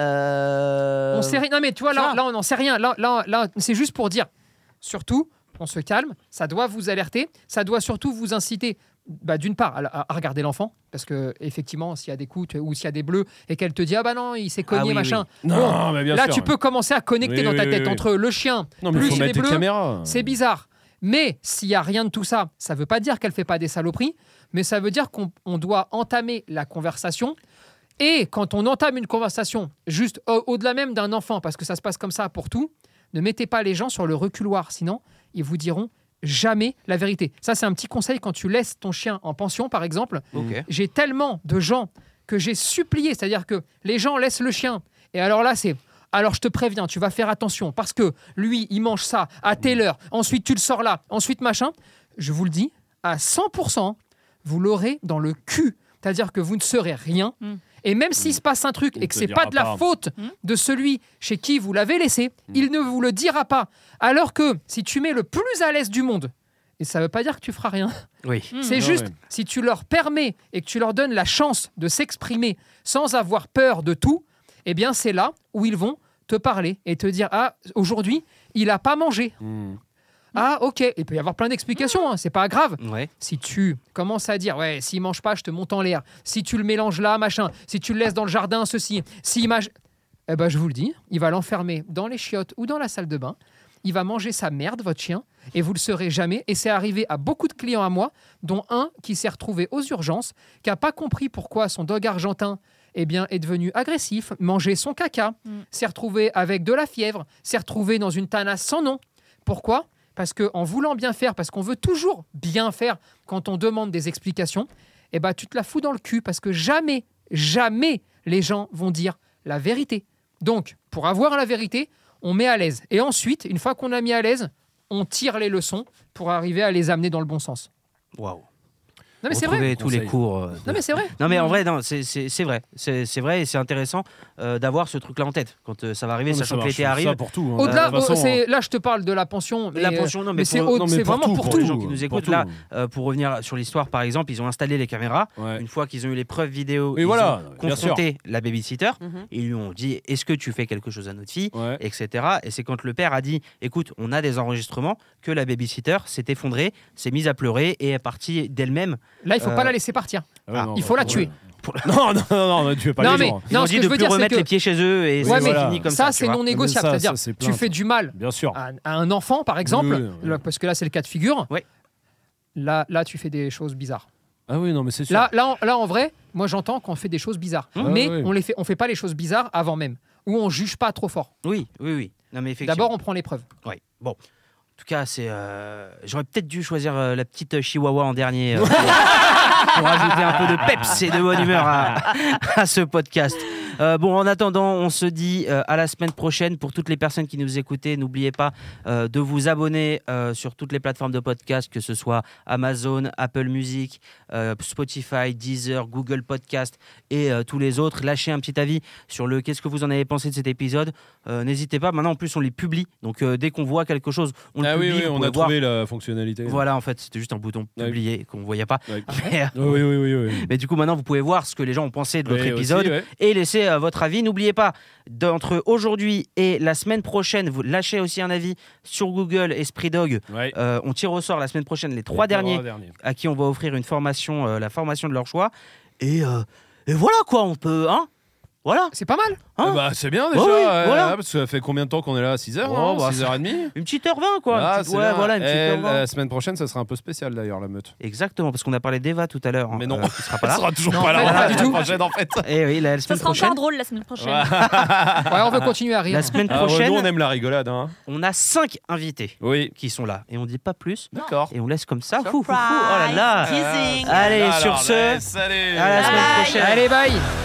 euh, On sait rien. Non, mais tu vois, tu là, vois. là, on n'en sait rien. Là, là, là, c'est juste pour dire, surtout, on se calme. Ça doit vous alerter. Ça doit surtout vous inciter, bah, d'une part, à, à regarder l'enfant, parce que effectivement, s'il y a des coups tu- ou s'il y a des bleus et qu'elle te dit ah bah non, il s'est cogné Ah oui, machin. oui. Non, Bon, mais bien là, sûr. tu peux commencer à connecter Oui, dans ta oui, tête oui, oui. entre le chien, Non, mais il plus faut les mettre des bleus. caméras. C'est bizarre. Mais s'il y a rien de tout ça, ça veut pas dire qu'elle fait pas des saloperies, mais ça veut dire qu'on on doit entamer la conversation. Et quand on entame une conversation, juste au- au-delà même d'un enfant, parce que ça se passe comme ça pour tout, ne mettez pas les gens sur le reculoir, sinon ils vous diront jamais la vérité. Ça, c'est un petit conseil quand tu laisses ton chien en pension, par exemple. Ok. J'ai tellement de gens que j'ai supplié, c'est-à-dire que les gens laissent le chien. Et alors là, c'est... Alors je te préviens, tu vas faire attention, parce que lui, il mange ça à telle heure, ensuite tu le sors là, ensuite machin. Je vous le dis, à cent pour cent, vous l'aurez dans le cul. C'est-à-dire que vous ne serez rien. Mm. Et même s'il se passe un truc Il et que te c'est dira pas de la pas. faute Mm. de celui chez qui vous l'avez laissé, il ne vous le dira pas. Alors que si tu mets le plus à l'aise du monde, et ça ne veut pas dire que tu feras rien, Oui. Mm. c'est Ouais, juste ouais. si tu leur permets et que tu leur donnes la chance de s'exprimer sans avoir peur de tout, eh bien c'est là où ils vont te parler et te dire ah aujourd'hui il a pas mangé. Hmm. Ah ok, il peut y avoir plein d'explications, hein, c'est pas grave. Ouais. Si tu commences à dire ouais s'il mange pas je te monte en l'air, si tu le mélanges là machin, si tu le laisses dans le jardin ceci, s'il mange, eh ben je vous le dis, il va l'enfermer dans les chiottes ou dans la salle de bain. Il va manger sa merde, votre chien, et vous le saurez jamais. Et c'est arrivé à beaucoup de clients à moi, dont un qui s'est retrouvé aux urgences, qui n'a pas compris pourquoi son dog argentin eh bien, est devenu agressif, mangeait son caca, Mm. s'est retrouvé avec de la fièvre, s'est retrouvé dans une tanasse sans nom. Pourquoi ? Parce qu'en voulant bien faire, parce qu'on veut toujours bien faire quand on demande des explications, eh ben, tu te la fous dans le cul, parce que jamais, jamais les gens vont dire la vérité. Donc, pour avoir la vérité, on met à l'aise. Et ensuite, une fois qu'on a mis à l'aise, on tire les leçons pour arriver à les amener dans le bon sens. Waouh. Non mais c'est vrai. Retrouver tous les Conseil. cours. euh, de- Non mais c'est vrai. Non mais en vrai, non, c'est c'est- c'est vrai, c'est c'est vrai et c'est intéressant euh, d'avoir ce truc-là en tête quand euh, ça va arriver, Non, mais sachant ça que marche, l'été arrive. ça pour tout. hein. Au-delà, De toute façon, oh, c'est- là je te parle de la pension. Mais, La pension, non, mais, mais c'est pour- au- non, mais c'est pour vraiment tout, pour pour tout. les gens qui nous pour écoutent, tout. là, euh, pour revenir sur l'histoire, par exemple, ils ont installé les caméras. Ouais. Une fois qu'ils ont eu les preuves vidéo, Oui, ils voilà, ont bien sûr. confronté la babysitter. Mhm. Ils lui ont dit est-ce que tu fais quelque chose à notre fille, Ouais. et cetera. Et c'est quand le père a dit écoute, on a des enregistrements, que la babysitter s'est effondrée, s'est mise à pleurer et est partie d'elle-même. Là il faut Euh, pas la laisser partir. Ah ouais, Ah, non, il bah, faut la ouais. tuer. Non, non, non, non, ne tuez pas Non, les mais- gens. Ils Non, ont ce dit que de je veux plus dire, c'est remettre que- les pieds chez eux et Oui, Ouais, c'est mais fini comme ça, ça. c'est tu vois. non négociable. ça, C'est-à-dire, ça, c'est tu plainte. fais du mal Bien sûr. à, à un enfant, par exemple, Oui, oui, oui. là, parce que là, c'est le cas de figure. Ouais. Là, là, tu fais des choses bizarres. Ah oui, non, mais c'est sûr. Là, là, en, là, en vrai, moi, j'entends qu'on fait des choses bizarres. Ah, mais ouais. on les fait, on fait pas les choses bizarres avant même. Ou on juge pas trop fort. Oui, oui, oui. Non, mais effectivement. D'abord, on prend les preuves. Oui. Bon. En tout cas, c'est. euh, J'aurais peut-être dû choisir euh, la petite euh, chihuahua en dernier euh, pour, pour rajouter un peu de peps et de bonne humeur à, à ce podcast. Euh, bon, en attendant, on se dit euh, à la semaine prochaine. Pour toutes les personnes qui nous écoutaient, n'oubliez pas euh, de vous abonner euh, sur toutes les plateformes de podcast, que ce soit Amazon, Apple Music, euh, Spotify, Deezer, Google Podcast et euh, tous les autres. Lâchez un petit avis sur le qu'est-ce que vous en avez pensé de cet épisode. Euh, N'hésitez pas. Maintenant, en plus, on les publie. Donc, euh, dès qu'on voit quelque chose, on le Ah oui, publie. oui, vous on pouvez a voir. trouvé la fonctionnalité. Voilà, en fait, c'était juste un bouton Ouais. publier qu'on voyait pas. Ouais. Mais, euh, Oui, oui, oui, oui. mais du coup, maintenant, vous pouvez voir ce que les gens ont pensé de votre Oui, épisode aussi, ouais. et laisser euh, votre avis. N'oubliez pas, d'entre aujourd'hui et la semaine prochaine, vous lâchez aussi un avis sur Google Esprit Dog. Ouais. Euh, on tire au sort la semaine prochaine les trois derniers à qui on va offrir une formation, euh, la formation de leur choix. Et, euh, et voilà quoi, on peut, hein. Voilà, C'est pas mal. hein. Eh bah, c'est bien déjà. Oh oui, euh, voilà. parce que ça fait combien de temps qu'on est là? six heures Oh, bah, six heures trente Une petite heure vingt quoi. Ah, Une petite- c'est ouais, bien. voilà, une petite Et heure vingt. la semaine prochaine, ça sera un peu spécial d'ailleurs, la meute. Exactement, parce qu'on a parlé d'Eva tout à l'heure. Mais hein, non. euh, qui sera pas Ça là. sera toujours Non, pas là pas la du semaine tout. prochaine en fait. Et oui, la Ça semaine sera prochaine. encore drôle la semaine prochaine. Ouais, on veut continuer à rire. La semaine Ah, ouais, prochaine, nous, on aime la rigolade. Hein. on a cinq invités Oui. qui sont là et on dit pas plus. D'accord. Et on laisse comme ça. Fou, fou, fou. Surprise. Oh là là. Teasing. Allez, Alors, sur ce, laisse aller. à la semaine Bye. prochaine. Allez, bye.